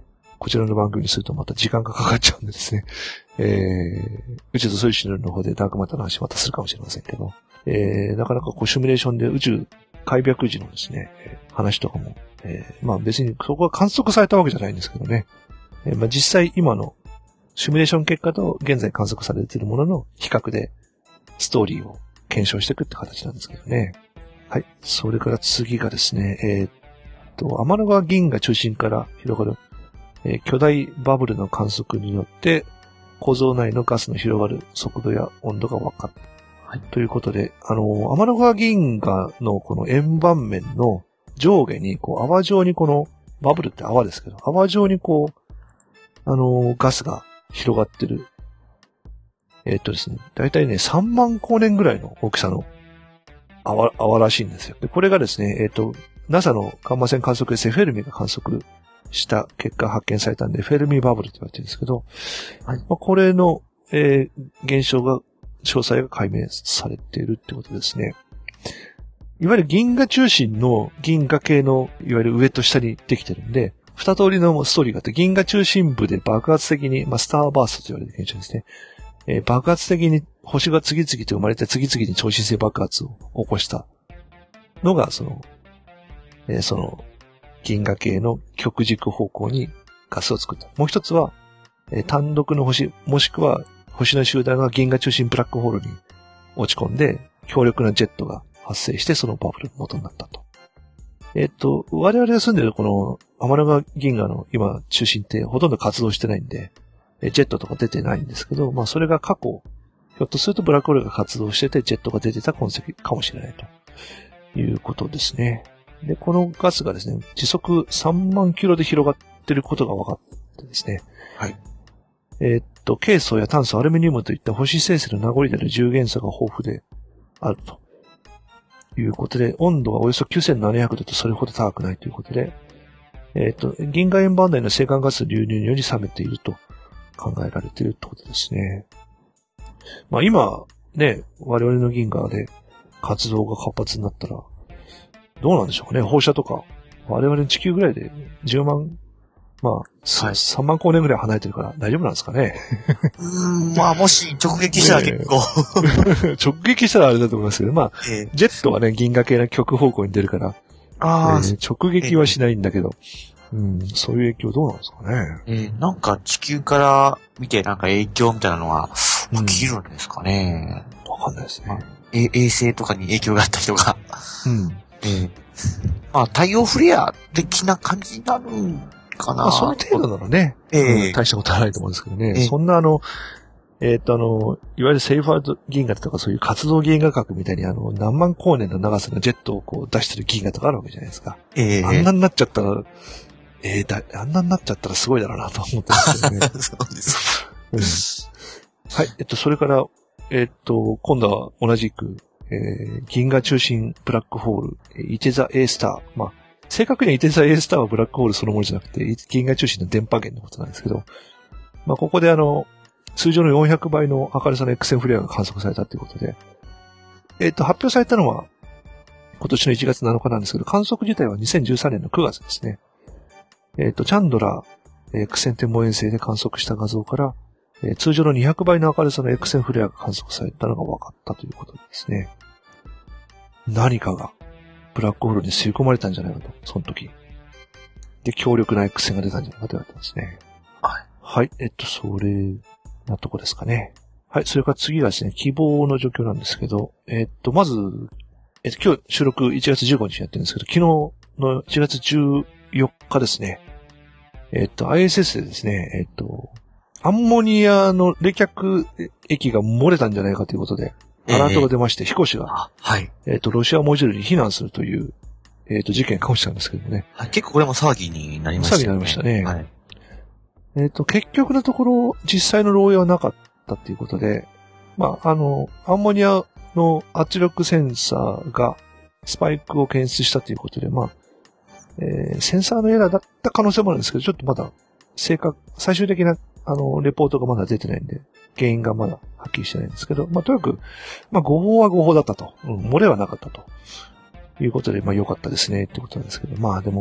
こちらの番組にするとまた時間がかかっちゃうんでですね。えー、宇宙とソリューションの方でダークマターの話またするかもしれませんけど、えー、なかなかこうシミュレーションで宇宙開闢時のですね、話とかも、えー、まあ別にそこは観測されたわけじゃないんですけどね。えー、まあ実際今のシミュレーション結果と現在観測されているものの比較でストーリーを検証していくって形なんですけどね。はい。それから次がですね、えー、っと、天の川銀河中心から広がる、えー、巨大バブルの観測によって構造内のガスの広がる速度や温度が分かった。はい。ということで、あの、天の川銀河のこの円盤面の上下に、こう、泡状にこの、バブルって泡ですけど、泡状にこう、あの、ガスが広がってる。えー、っとですね、だいたいね、さんまん光年ぐらいの大きさの泡、泡らしいんですよ。で、これがですね、えー、っと、ナサ のガンマ線観測衛星フェルミが観測した結果発見されたんで、フェルミバブルって言われてるんですけど、はい。まあ、これの、えー、現象が、詳細が解明されているってことですね。いわゆる銀河中心の銀河系の、いわゆる上と下にできてるんで、二通りのストーリーがあって、銀河中心部で爆発的に、まあ、スターバーストと言われる現象ですね。えー、爆発的に星が次々と生まれて次々に超新星爆発を起こしたのが、その、えー、その、銀河系の極軸方向にガスを作った。もう一つは、えー、単独の星、もしくは星の集団が銀河中心ブラックホールに落ち込んで、強力なジェットが発生して、そのバブルの元になったと。えっと、我々が住んでるこの天の川銀河の今中心ってほとんど活動してないんで、ジェットとか出てないんですけど、まあそれが過去、ひょっとするとブラックホールが活動しててジェットが出てた痕跡かもしれないということですね。で、このガスがですね、時速さんまんキロで広がってることが分かってですね。はい。えー、っと、ケイ素や炭素、アルミニウムといった星生成の名残である重元素が豊富であるということで、温度はおよそきゅうせんななひゃくどとそれほど高くないということで、えー、っと、銀河円盤内の青函ガス流入により冷めていると考えられているってことですね。まあ今、ね、我々の銀河で活動が活発になったら、どうなんでしょうかね。放射とか、我々の地球ぐらいでじゅうまん、まあ、はい、さんまん光年ぐらい離れてるから大丈夫なんですかね。 うーん、まあもし直撃したら結構。 直撃したらあれだと思いますけど、まあ、えー、ジェットはね、銀河系の極方向に出るから、あえー、直撃はしないんだけど、えー、うん、そういう影響どうなんですかね。 えー、なんか地球から見てなんか影響みたいなのは起きるんですかね。 わ、うん、かんないですね。 え衛星とかに影響があった人が。 うん。 えー、まあ太陽フレア的な感じになるんかな。 まあその程度なのね、えーうん。大したことはないと思うんですけどね。えー、そんなあの、えー、っとあの、いわゆるセイファード銀河とかそういう活動銀河核みたいにあの、何万光年の長さのジェットをこう出してる銀河とかあるわけじゃないですか。えー、あんなになっちゃったら、えー、だ、あんなになっちゃったらすごいだろうなと思ってますけどね。 そうです。 うん、はい。えっと、それから、えー、っと、今度は同じく、えー、銀河中心ブラックホール、イテザ A スター。まあ、正確にはイテザ A スターはブラックホールそのものじゃなくて、銀河中心の電波源のことなんですけど、まあ、ここであの、通常のよんひゃくばいの明るさの X 線フレアが観測されたということで、えっと、発表されたのは、今年のいちがつなのかなんですけど、観測自体はにせんじゅうさんねんのくがつですね。えっと、チャンドラー X 線天文衛星で観測した画像から、えー、通常のにひゃくばいの明るさの X 線フレアが観測されたのが分かったということですね。何かがブラックホールに吸い込まれたんじゃないかと、その時。で、強力な X 線が出たんじゃないかと言われてますね。はい。はい。えっと、それなとこですかね。はい。それから次がですね、希望の状況なんですけど、えっと、まず、えっと、今日収録いちがつじゅうごにちにやってるんですけど、昨日のいちがつじゅうよっかですね。えっと、アイエスエス でですね、えっと、アンモニアの冷却液が漏れたんじゃないかということで、アラートが出まして、えー、飛行士が、はい。えっと、ロシアモジュールに避難するという、えっと、事件が起きたんですけどね。 はい、結構これも騒ぎになりましたね。 騒ぎになりましたね。はい。えっと、結局のところ、実際の漏洩はなかったということで、まあ、あの、アンモニアの圧力センサーがスパイクを検出したということで、まあ、えー、センサーのエラーだった可能性もあるんですけど、ちょっとまだ正確、最終的な、あの、レポートがまだ出てないんで、原因がまだはっきりしてないんですけど、まあ、とにかく、まあ、誤報は誤報だったと。うん、漏れはなかったと。いうことで、まあ、良かったですね、ってことなんですけど、まあ、でも、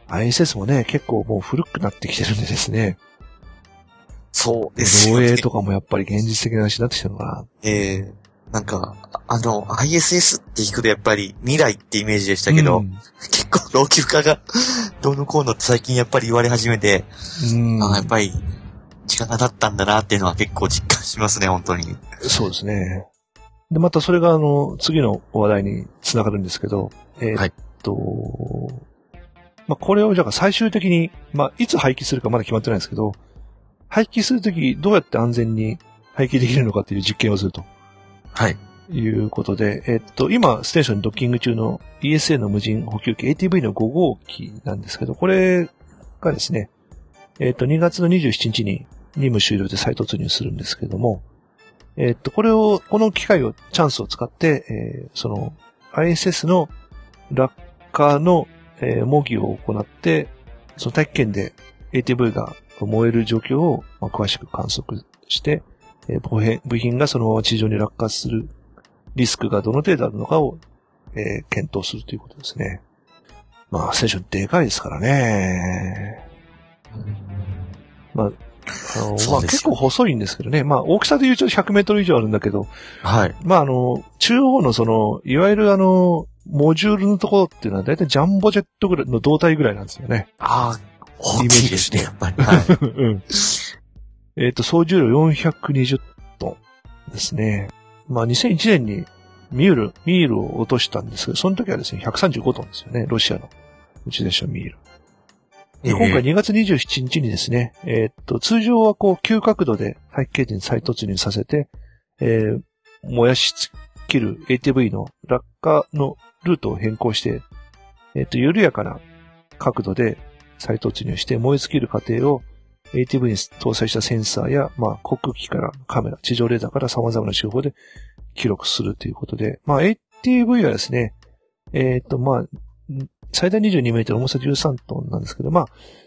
アイエスエス もね、結構もう古くなってきてるんでですね。 そうですよね。 漏洩とかもやっぱり現実的な話になってきたのかな。 ええー、なんか、あの、アイエスエス って聞くとやっぱり未来ってイメージでしたけど、うん、結構老朽化がどうのこうのって最近やっぱり言われ始めて、うん、あやっぱり時間が経ったんだなっていうのは結構実感しますね、本当に。 そうですね。で、またそれがあの、次の話題につながるんですけど、えー、っと、はい、まあ、これをじゃあ最終的に、まあ、いつ廃棄するかまだ決まってないんですけど、廃棄するときどうやって安全に廃棄できるのかっていう実験をすると。 はい。 いうことで、えっと、今、ステーションにドッキング中の イーエスエー の無人補給機 エーティーブイ のご号機なんですけど、これがですね、えっと、にがつのにじゅうしちにちに任務終了で再突入するんですけども、えっと、これを、この機会を、チャンスを使って、えー、その、アイエスエス の落下の、えー、模擬を行って、その大気圏で エーティーブイ が燃える状況を、まあ、詳しく観測して、えー、部品、部品がそのまま地上に落下するリスクがどの程度あるのかを、えー、検討するということですね。まあ、ステーションでかいですからね。まあ、あの、まあ、結構細いんですけどね。まあ、大きさで言うとひゃくメートル以上あるんだけど。 はい。 まあ、あの、中央のその、いわゆるあの、モジュールのところっていうのはだいたいジャンボジェットぐらいの胴体ぐらいなんですよね。 ああ、大きいですね、やっぱり。はい。 うん。えっと、総重量よんひゃくにじゅっトンですね。まあ、にせんいちねんにミール、ミールを落としたんですけど、その時はですね、ひゃくさんじゅうごトンですよね。ロシアの宇宙列車ミール。で、今回にがつにじゅうしちにちにですね、えー、っと、通常はこう、急角度で大気圏に再突入させて、えー、燃やし尽きる エーティーブイ の落下のルートを変更して、えー、っと、緩やかな角度で再突入して燃え尽きる過程を エーティーブイ に搭載したセンサーや、まあ、航空機からカメラ、地上レーダーから様々な手法で記録するということで、まあ、エーティーブイ はですね、えっと、まあ、最大にじゅうにメートル、重さじゅうさんトンなんですけど、まあ、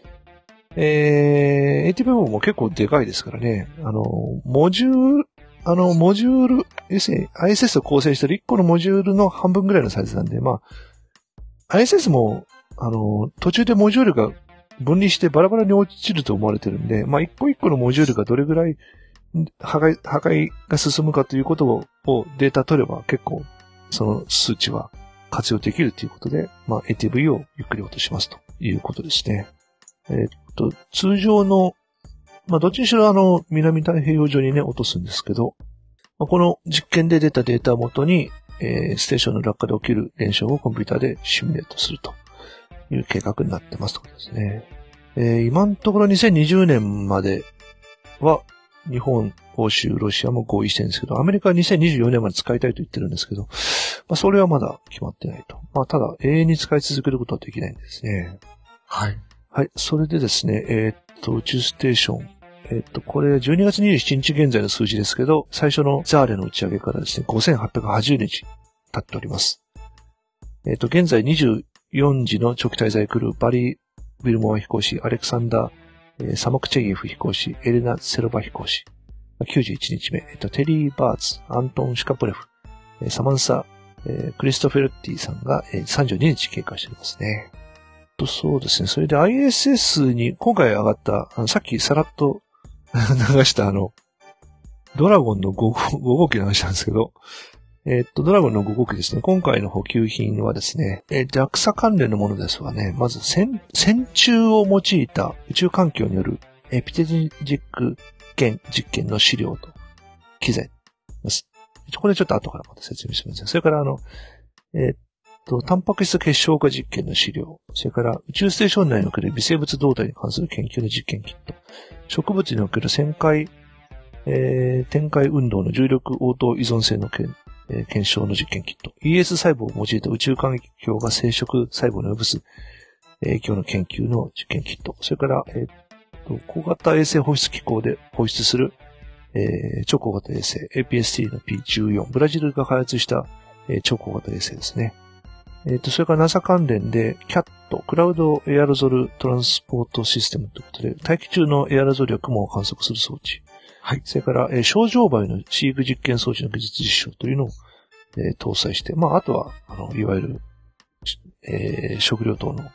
えー、エーティーブイ も結構でかいですからね、あの、モジュール、あの、モジュール、要するに アイエスエス を構成しているいっこのモジュールの半分ぐらいのサイズなんで、まあ、アイエスエス も、あの、途中でモジュールが分離してバラバラに落ちると思われてるんで、まあ、一個一個のモジュールがどれぐらい破壊、破壊が進むかということを、をデータ取れば結構、その数値は活用できるということで、まあ、エーティーブイ をゆっくり落としますということですね。えー、っと、通常の、まあ、どっちにしろあの、南太平洋上にね、落とすんですけど、まあ、この実験で出たデータをもとに、えー、ステーションの落下で起きる現象をコンピューターでシミュレートするという計画になってますということですね。えー、今のところにせんにじゅうねんまでは、日本、欧州、ロシアも合意してるんですけど、アメリカはにせんにじゅうよねんまで使いたいと言ってるんですけど、まあ、それはまだ決まってないと。まあ、ただ、永遠に使い続けることはできないんですね。 はい。 はい。それでですね、えー、っと、宇宙ステーション。えー、っと、これ、じゅうにがつにじゅうしちにち現在の数字ですけど、最初のザーレの打ち上げからですね、ごせんはっぴゃくはちじゅうにち経っております。えー、っと、現在にじゅうよんじの長期滞在クルー、バリー・ウィルモア飛行士、アレクサンダー、えー、サモクチェギエフ飛行士、エレナ・セロバ飛行士。きゅうじゅういちにちめ、えっと、テリー・バーツ、アントン・シカプレフ、えー、サマンサ、えー、クリストフェルティさんが、えー、さんじゅうににち経過しておりますね。と、そうですね。それで アイエスエス に今回上がった、あのさっきさらっと流したあの、ドラゴンの ご, ご号機の話なんですけど、えー、っと、ドラゴンのご号機ですね。今回の補給品はですね、えー、ジャクサ関連のものですわね。まず線、線虫を用いた宇宙環境によるエピテジック実験の資料と機材です。これちょっと後からまた説明します。それからあの、えー、っと、タンパク質結晶化実験の資料、それから宇宙ステーション内における微生物動態に関する研究の実験キット、植物における旋回、えー、展開運動の重力応答依存性のけん、えー、検証の実験キット、イーエス 細胞を用いた宇宙環境が生殖細胞に及ぼす影響の研究の実験キット、それから、えー小型衛星放出機構で放出する、えー、超小型衛星 エーピーエスティー の ピーじゅうよん、ブラジルが開発した、えー、超小型衛星ですね。えっと、それから ナサ 関連で キャット、クラウドエアロゾルトランスポートシステムということで、大気中のエアロゾルや雲を観測する装置。はい。それから、えー、小状梅の飼育実験装置の技術実証というのを、えー、搭載して、まあ、あとは、あの、いわゆる、えー、食料等の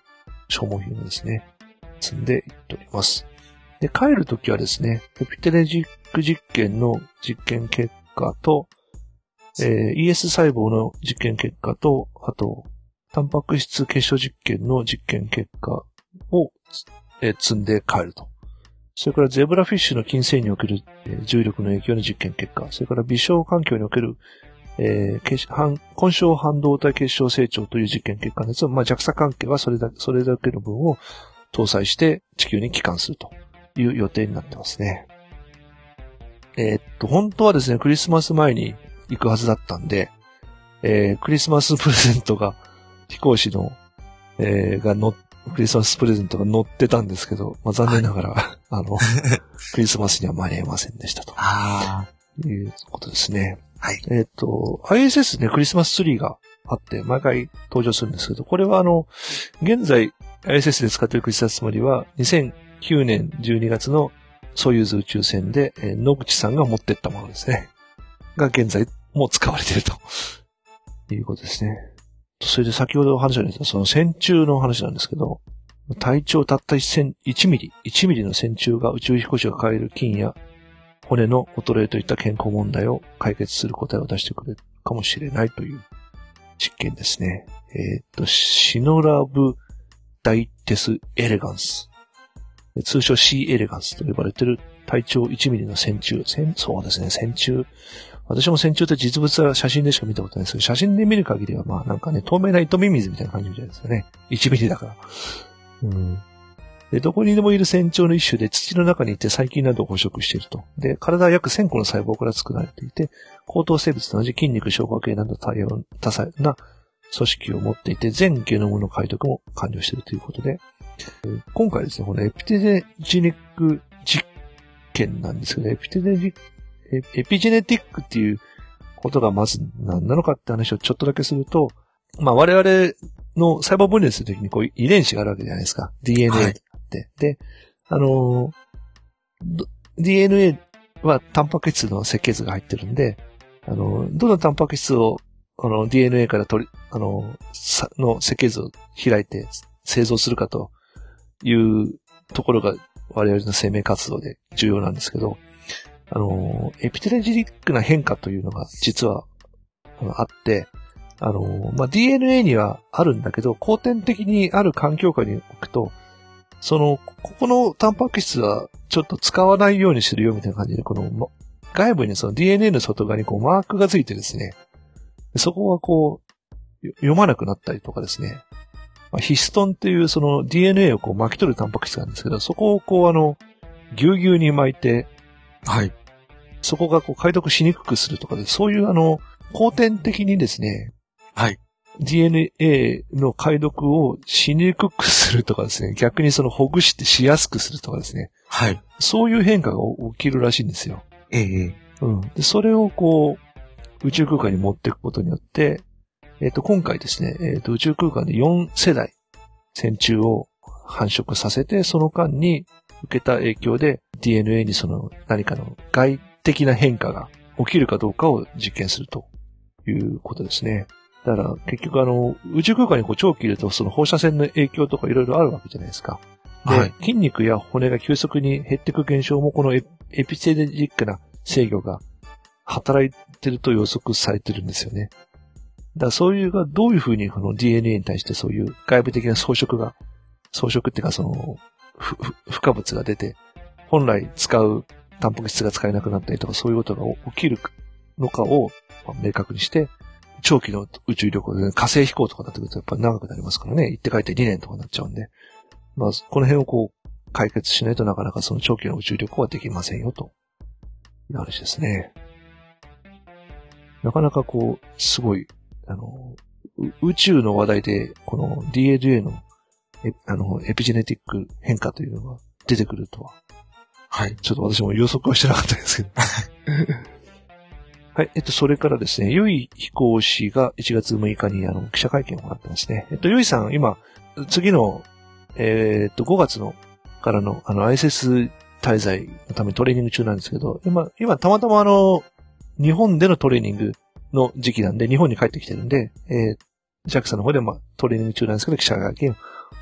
消耗品をですね、積んでいっております。で、帰るときはですね、エピテネジック実験の実験結果と、えー、イーエス 細胞の実験結果と、あと、タンパク質結晶実験の実験結果を、えー、積んで帰ると。それからゼブラフィッシュの筋繊維における、えー、重力の影響の実験結果、それから微小環境における、えー、結半混小半導体結晶成長という実験結果です。まあ、ジャクサ関係はそれだけ、それだけの分を搭載して地球に帰還するという予定になってますね。えー、っと、本当はですね、クリスマス前に行くはずだったんで、えー、クリスマスプレゼントが、飛行士の、えー、がの、クリスマスプレゼントが載ってたんですけど、まあ、残念ながら、はい、あの、クリスマスには間に合いませんでしたと。 ああ。 いうことですね。 はい。 えっと、アイエスエス ね、クリスマスツリーがあって、毎回登場するんですけど、これはあの、現在 アイエスエス で使っているクリスマスツリーは、にせんきゅうねんじゅうにがつのソユーズ宇宙船で、えー、野口さんが持ってったものですね。が現在もう使われているということですね。それで先ほどお話ししたその線虫の話なんですけど、体長たったいちミリ、いちミリの線虫が宇宙飛行士が抱える筋や骨の衰えといった健康問題を解決する答えを出してくれるかもしれないという実験ですね。えっと、シノラブダイテスエレガンス。通称 C エレガンスと呼ばれている体長いちミリの線虫。線そうですね、線虫。私も線虫って実物は写真でしか見たことないですけど、写真で見る限りはまあなんかね、透明な糸ミミズみたいな感じみたいですよね。いちミリだから。うん。で、どこにでもいる線虫の一種で土の中にいて細菌などを捕食していると。で、体は約せんこの細胞から作られていて、高等生物と同じ筋肉、消化系など多様多彩な組織を持っていて、全ゲノムの解読も完了しているということで、今回ですね、このエピテジネック実験なんですけど、エピテネジエピジェネティックっていうことがまず何なのかって話をちょっとだけすると、まあ我々の細胞分裂するときにこう遺伝子があるわけじゃないですか。ディーエヌエー って。はい、で、あのー、ディーエヌエー はタンパク質の設計図が入ってるんで、あのー、どのタンパク質をあの ディーエヌエー から取り、あのー、の設計図を開いて製造するかというところが我々の生命活動で重要なんですけど、あの、エピテネジリックな変化というのが実はあって、あの、まあ、ディーエヌエー にはあるんだけど、後天的にある環境下に置くと、その、ここのタンパク質はちょっと使わないようにするよみたいな感じで、この、外部にその ディーエヌエー の外側にこうマークがついてですね、そこがこう、読まなくなったりとかですね、まあ、ヒストンっていうその ディーエヌエー をこう巻き取るタンパク質なんですけど、そこをこうあの、ぎゅうぎゅうに巻いて、はい。そこがこう解読しにくくするとかで、そういうあの、後天的にですね、はい。ディーエヌエー の解読をしにくくするとかですね、逆にそのほぐしてしやすくするとかですね。はい。そういう変化が起きるらしいんですよ。ええ。うん。で、それをこう、宇宙空間に持っていくことによって、えっと、今回ですね、えっと、宇宙空間でよん世代、線虫を繁殖させて、その間に受けた影響で ディーエヌエー にその何かの外的な変化が起きるかどうかを実験するということですね。だから結局あの宇宙空間にこう長期いるとその放射線の影響とかいろいろあるわけじゃないですか。で、はい、筋肉や骨が急速に減っていく現象もこのエピテネジックな制御が働いてると予測されてるんですよね。だからそういうがどういうふうにこの ディーエヌエー に対してそういう外部的な装飾が、装飾っていうかその付加物が出て本来使うタンパク質が使えなくなったりとかそういうことが起きるのかを明確にして、長期の宇宙旅行で、ね、火星飛行とかになってくるとやっぱり長くなりますからね、行って帰ってにねんとかになっちゃうんで、まあこの辺をこう解決しないとなかなかその長期の宇宙旅行はできませんよという話ですね。なかなかこうすごいあの宇宙の話題でこの ディーエヌエー のエあのエピジェネティック変化というのが出てくるとは。はい。ちょっと私も予測はしてなかったですけど。はい。えっと、それからですね、ユイ飛行士がいちがつむいかにあの記者会見を行ってますね。えっと、ユイさん、今、次の、えー、っと、ごがつのからのあの アイエスエス 滞在のためにトレーニング中なんですけど、今、今、たまたまあの、日本でのトレーニングの時期なんで、日本に帰ってきてるんで、えー、ジャクサ の方でまあトレーニング中なんですけど、記者会見を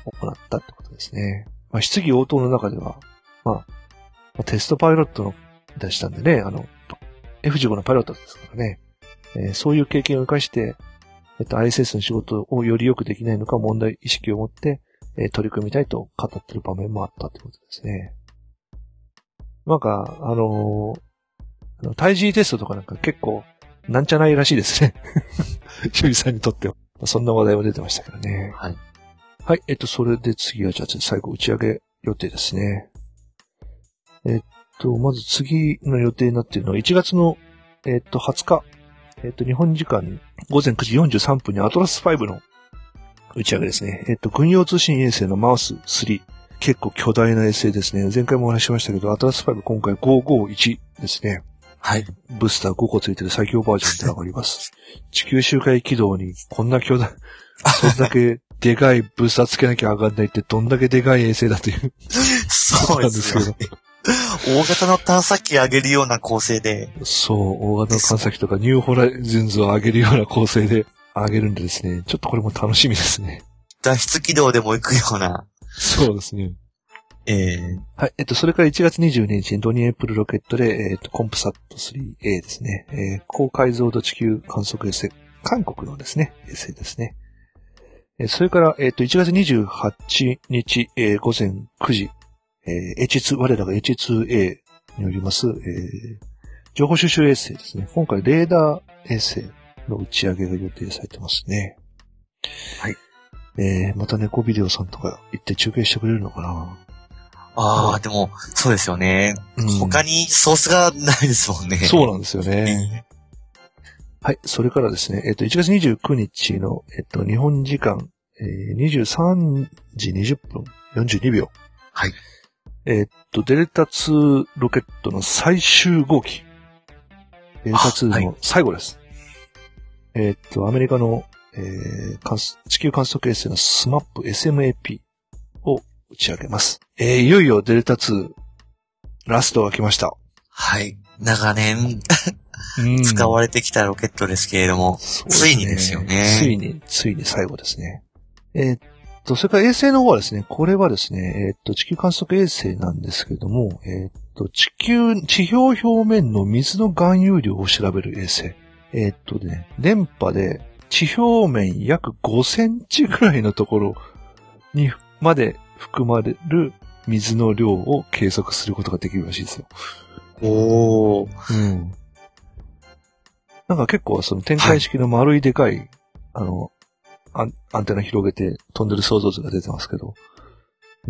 行ったってことですね。まあ、質疑応答の中では、まあ、テストパイロットの出したんでね、あの、エフじゅうご のパイロットですからね、えー、そういう経験を生かして、えっと、アイエスエス の仕事をよりよくできないのか問題意識を持って、えー、取り組みたいと語ってる場面もあったってことですね。なんか、あのー、対人テストとかなんか結構、なんちゃないらしいですね。修理さんにとっては。そんな話題も出てましたからね。 はい。 はい、えっと、それで次はじゃあ最後打ち上げ予定ですね。えっと、まず次の予定になっているのは、いちがつの、えっと、はつか、えっと、日本時間ごぜんくじよんじゅうさんぷんにアトラスファイブの打ち上げですね。えっと、軍用通信衛星のマウススリー。結構巨大な衛星ですね。前回もお話ししましたけど、アトラスファイブ今回ごひゃくごじゅういちですね。 はい。 ブースターごこついてる最強バージョンで上がります。地球周回軌道にこんな巨大、そんだけでかいブースターつけなきゃ上がんないってどんだけでかい衛星だという。 そうですよね。大型の探査機上げるような構成で。 そう、大型の探査機とかニューホライズンズを上げるような構成で上げるんでですね、ちょっとこれも楽しみですね。 脱出軌道でも行くような。 そうですね。 ええー。 はい。えっと、それからいちがつにじゅうににちにドニーエプルロケットで、えっと、コンプサット スリーエー ですね。えー、高解像度地球観測衛星、韓国のですね、衛星ですね。えー、それから、えっと、いちがつにじゅうはちにち、えー、ごぜんくじ、えー、エイチツー、我らが エイチツーエー によります、えー、情報収集衛星ですね。今回、レーダー衛星の打ち上げが予定されてますね。 はい。 えー、また猫ビデオさんとか行って中継してくれるのかな？ ああ、でも、そうですよね、うん。他にソースがないですもんね。 そうなんですよね。はい。それからですね、えっと、いちがつにじゅうくにちの、えっと、日本時間、えー、にじゅうさんじにじゅっぷんよんじゅうにびょう。 はい。 えっと、デルタツーロケットの最終号機。デルタツーの最後です。はい、えっと、アメリカの、えー、地球観測衛星のスマップ エスエムエーピー を打ち上げます。えー、いよいよデルタツーラストが来ました。 はい。長年使われてきたロケットですけれども、ね、ついにですよね。 ついに、ついに最後ですね。えー、っと、それから衛星の方はですね、これはですね、えー、っと、地球観測衛星なんですけれども、えー、っと、地球、地表表面の水の含有量を調べる衛星。えー、っとね、電波で地表面約ごセンチぐらいのところにまで含まれる水の量を計測することができるらしいですよ。 おー。 うん。なんか結構その展開式の丸いでかい、はい、あのアン、アンテナ広げて飛んでる想像図が出てますけど、うん、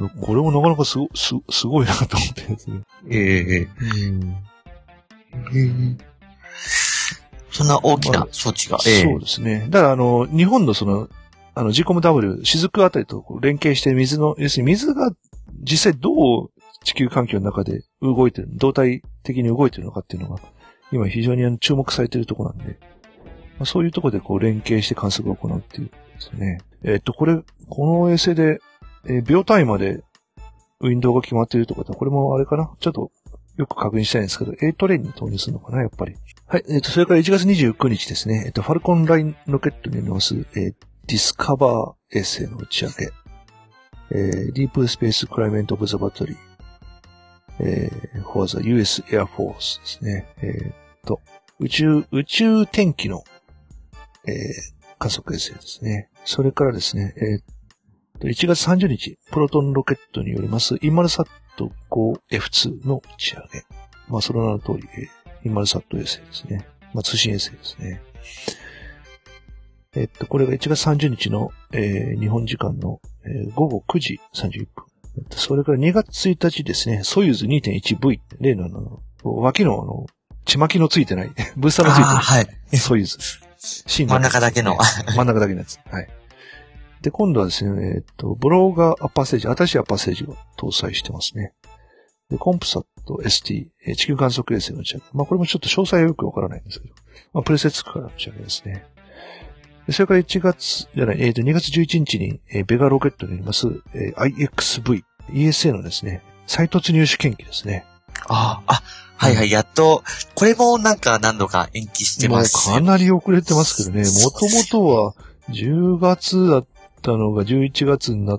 これもなかなかすご、す、すごいなと思ってですね。 ええー。うん。えー、そんな大きな装置が、 まあえー、そうですね。だからあの、日本のその、あの、ジーコムダブリュー、雫あたりと連携して水の、要するに水が実際どう地球環境の中で動いてる、動体的に動いてるのかっていうのが、今非常に注目されているところなんで、まあ、そういうところでこう連携して観測を行うっていうですね。えー、っと、これ、この衛星で、えー、秒単位までウィンドウが決まっているとか、これもあれかなちょっとよく確認したいんですけど、A トレインに投入するのかなやっぱり。はい、えー、っと、それからいちがつにじゅうくにちですね、えー、っと、ファルコンラインロケットに乗ります、えー、ディスカバー衛星の打ち上げ、えー、ディープスペースクライメントオブザバトリー、えー、for the ユーエス Air Force ですね。えー、と、宇宙、宇宙天気の、えー、観測衛星ですね。それからですね、えー、いちがつさんじゅうにち、プロトンロケットによります、インマルサット ファイブエフツー の打ち上げ。まあ、その名の通り、インマルサット衛星ですね。まあ、通信衛星ですね。えっと、これがいちがつさんじゅうにちの、えー、日本時間の、えー、ごごくじさんじゅういっぷん。それからにがつついたちですね、ソユーズ にてんいちブイ 例のあの、脇のあの、ちまきのついてない、ブースターのついてない。 はい。 ソユーズ。 真ん中だけの。 真ん中だけのやつ。はい。で、今度はですね、えっと、ブローガーアッパーステージ、新しいアッパーステージを搭載してますね。で、コンプサット エスティー、地球観測衛星の打ち上げ。まあ、これもちょっと詳細はよくわからないんですけど、まあ、プレセツからの打ち上げですね。それからいちがつ、じゃない、えっと、にがつじゅういちにちに、えー、ベガロケットにあります、えー、アイエックスブイ、イーエスエー のですね、再突入試験機ですね。 ああ、あ、はいはい、やっと、これもなんか何度か延期してます。 もうかなり遅れてますけどね、もともとはじゅうがつだったのがじゅういちがつになっ 、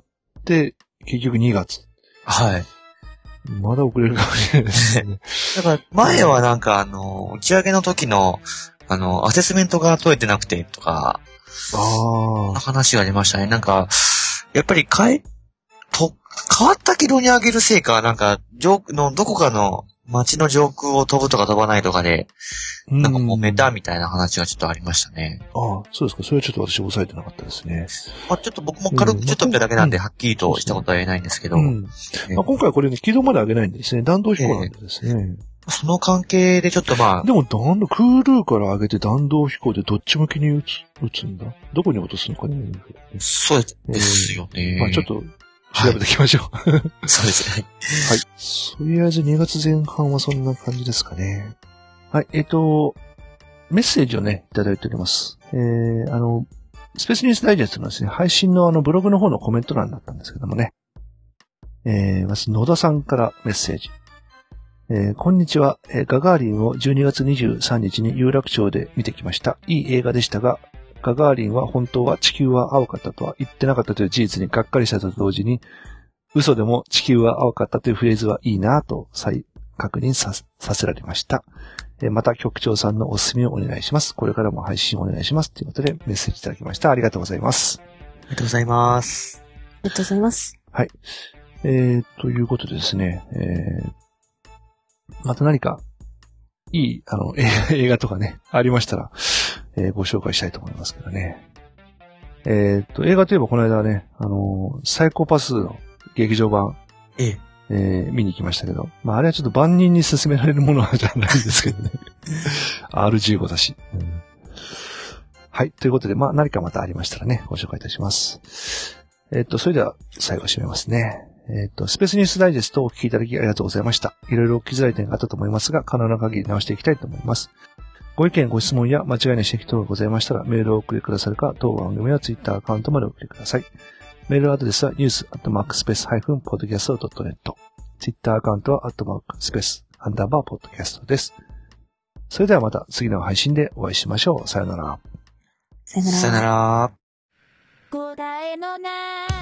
結局にがつ。 はい。 まだ遅れるかもしれないですね。 だから、前はなんかあの、打ち上げの時の、あの、アセスメントが取れてなくてとか、 ああ。 話がありましたね。なんか、やっぱり変え、と、変わった軌道に上げるせいか、なんか、上の、どこかの街の上空を飛ぶとか飛ばないとかで、なんかもめたみたいな話がちょっとありましたね。 ああ、そうですか。それはちょっと私抑えてなかったですね。 まあ、ちょっと僕も軽くちょっと見ただけなんで、はっきりとしたことは言えないんですけど。 うんまあ、今回はこれね、軌道まで上げないんですね。弾道飛行なんでですね。 えー、その関係でちょっとまあ。 でも弾道、空ルーから上げて弾道飛行でどっち向きに撃つ、撃つんだどこに落とすのかね。 そうですよね。 まあちょっと調べていきましょう。 はい、そうですね。 はい。とりあえずにがつぜん半はそんな感じですかね。はい。えっと、メッセージをね、いただいております。えー、あの、スペースニュースダイジェストのですね、配信のあのブログの方のコメント欄だったんですけどもね。えー、まず野田さんからメッセージ。えー、こんにちは、えー。ガガーリンをじゅうにがつにじゅうさんにちに有楽町で見てきました。いい映画でしたが、ガガーリンは本当は地球は青かったとは言ってなかったという事実にがっかりしたと同時に、嘘でも地球は青かったというフレーズはいいなぁと再確認さ、させられました。えー、また局長さんのおすすめをお願いします。これからも配信をお願いします。ということでメッセージいただきました。ありがとうございます。 ありがとうございます。 ありがとうございます。 はい。えー、ということでですね、えーまた何か、いい、あの、映画とかね、ありましたら、えー、ご紹介したいと思いますけどね。えっと、映画といえばこの間ね、あの、サイコパスの劇場版、 えええー、見に行きましたけど、まあ、あれはちょっと万人に勧められるものじゃないんですけどね。アールじゅうご だし、うん。はい、ということで、まあ、何かまたありましたらね、ご紹介いたします。えっと、それでは、最後締めますね。えっと、スペースニュースダイジェストをお聞きいただきありがとうございました。いろいろお聞きづらい点があったと思いますが、可能な限り直していきたいと思います。ご意見、ご質問や間違いない指摘等がございましたら、メールをお送りくださるか、当番組やツイッターアカウントまでお送りください。メールアドレスは ニュース アットマーク スペース ハイフン ポッドキャスト ドットネット。ツイッターアカウントは アットマーク スペース アンダーバー ポッドキャストです。それではまた次の配信でお会いしましょう。さよなら。 さよなら。 さよなら。 答えのない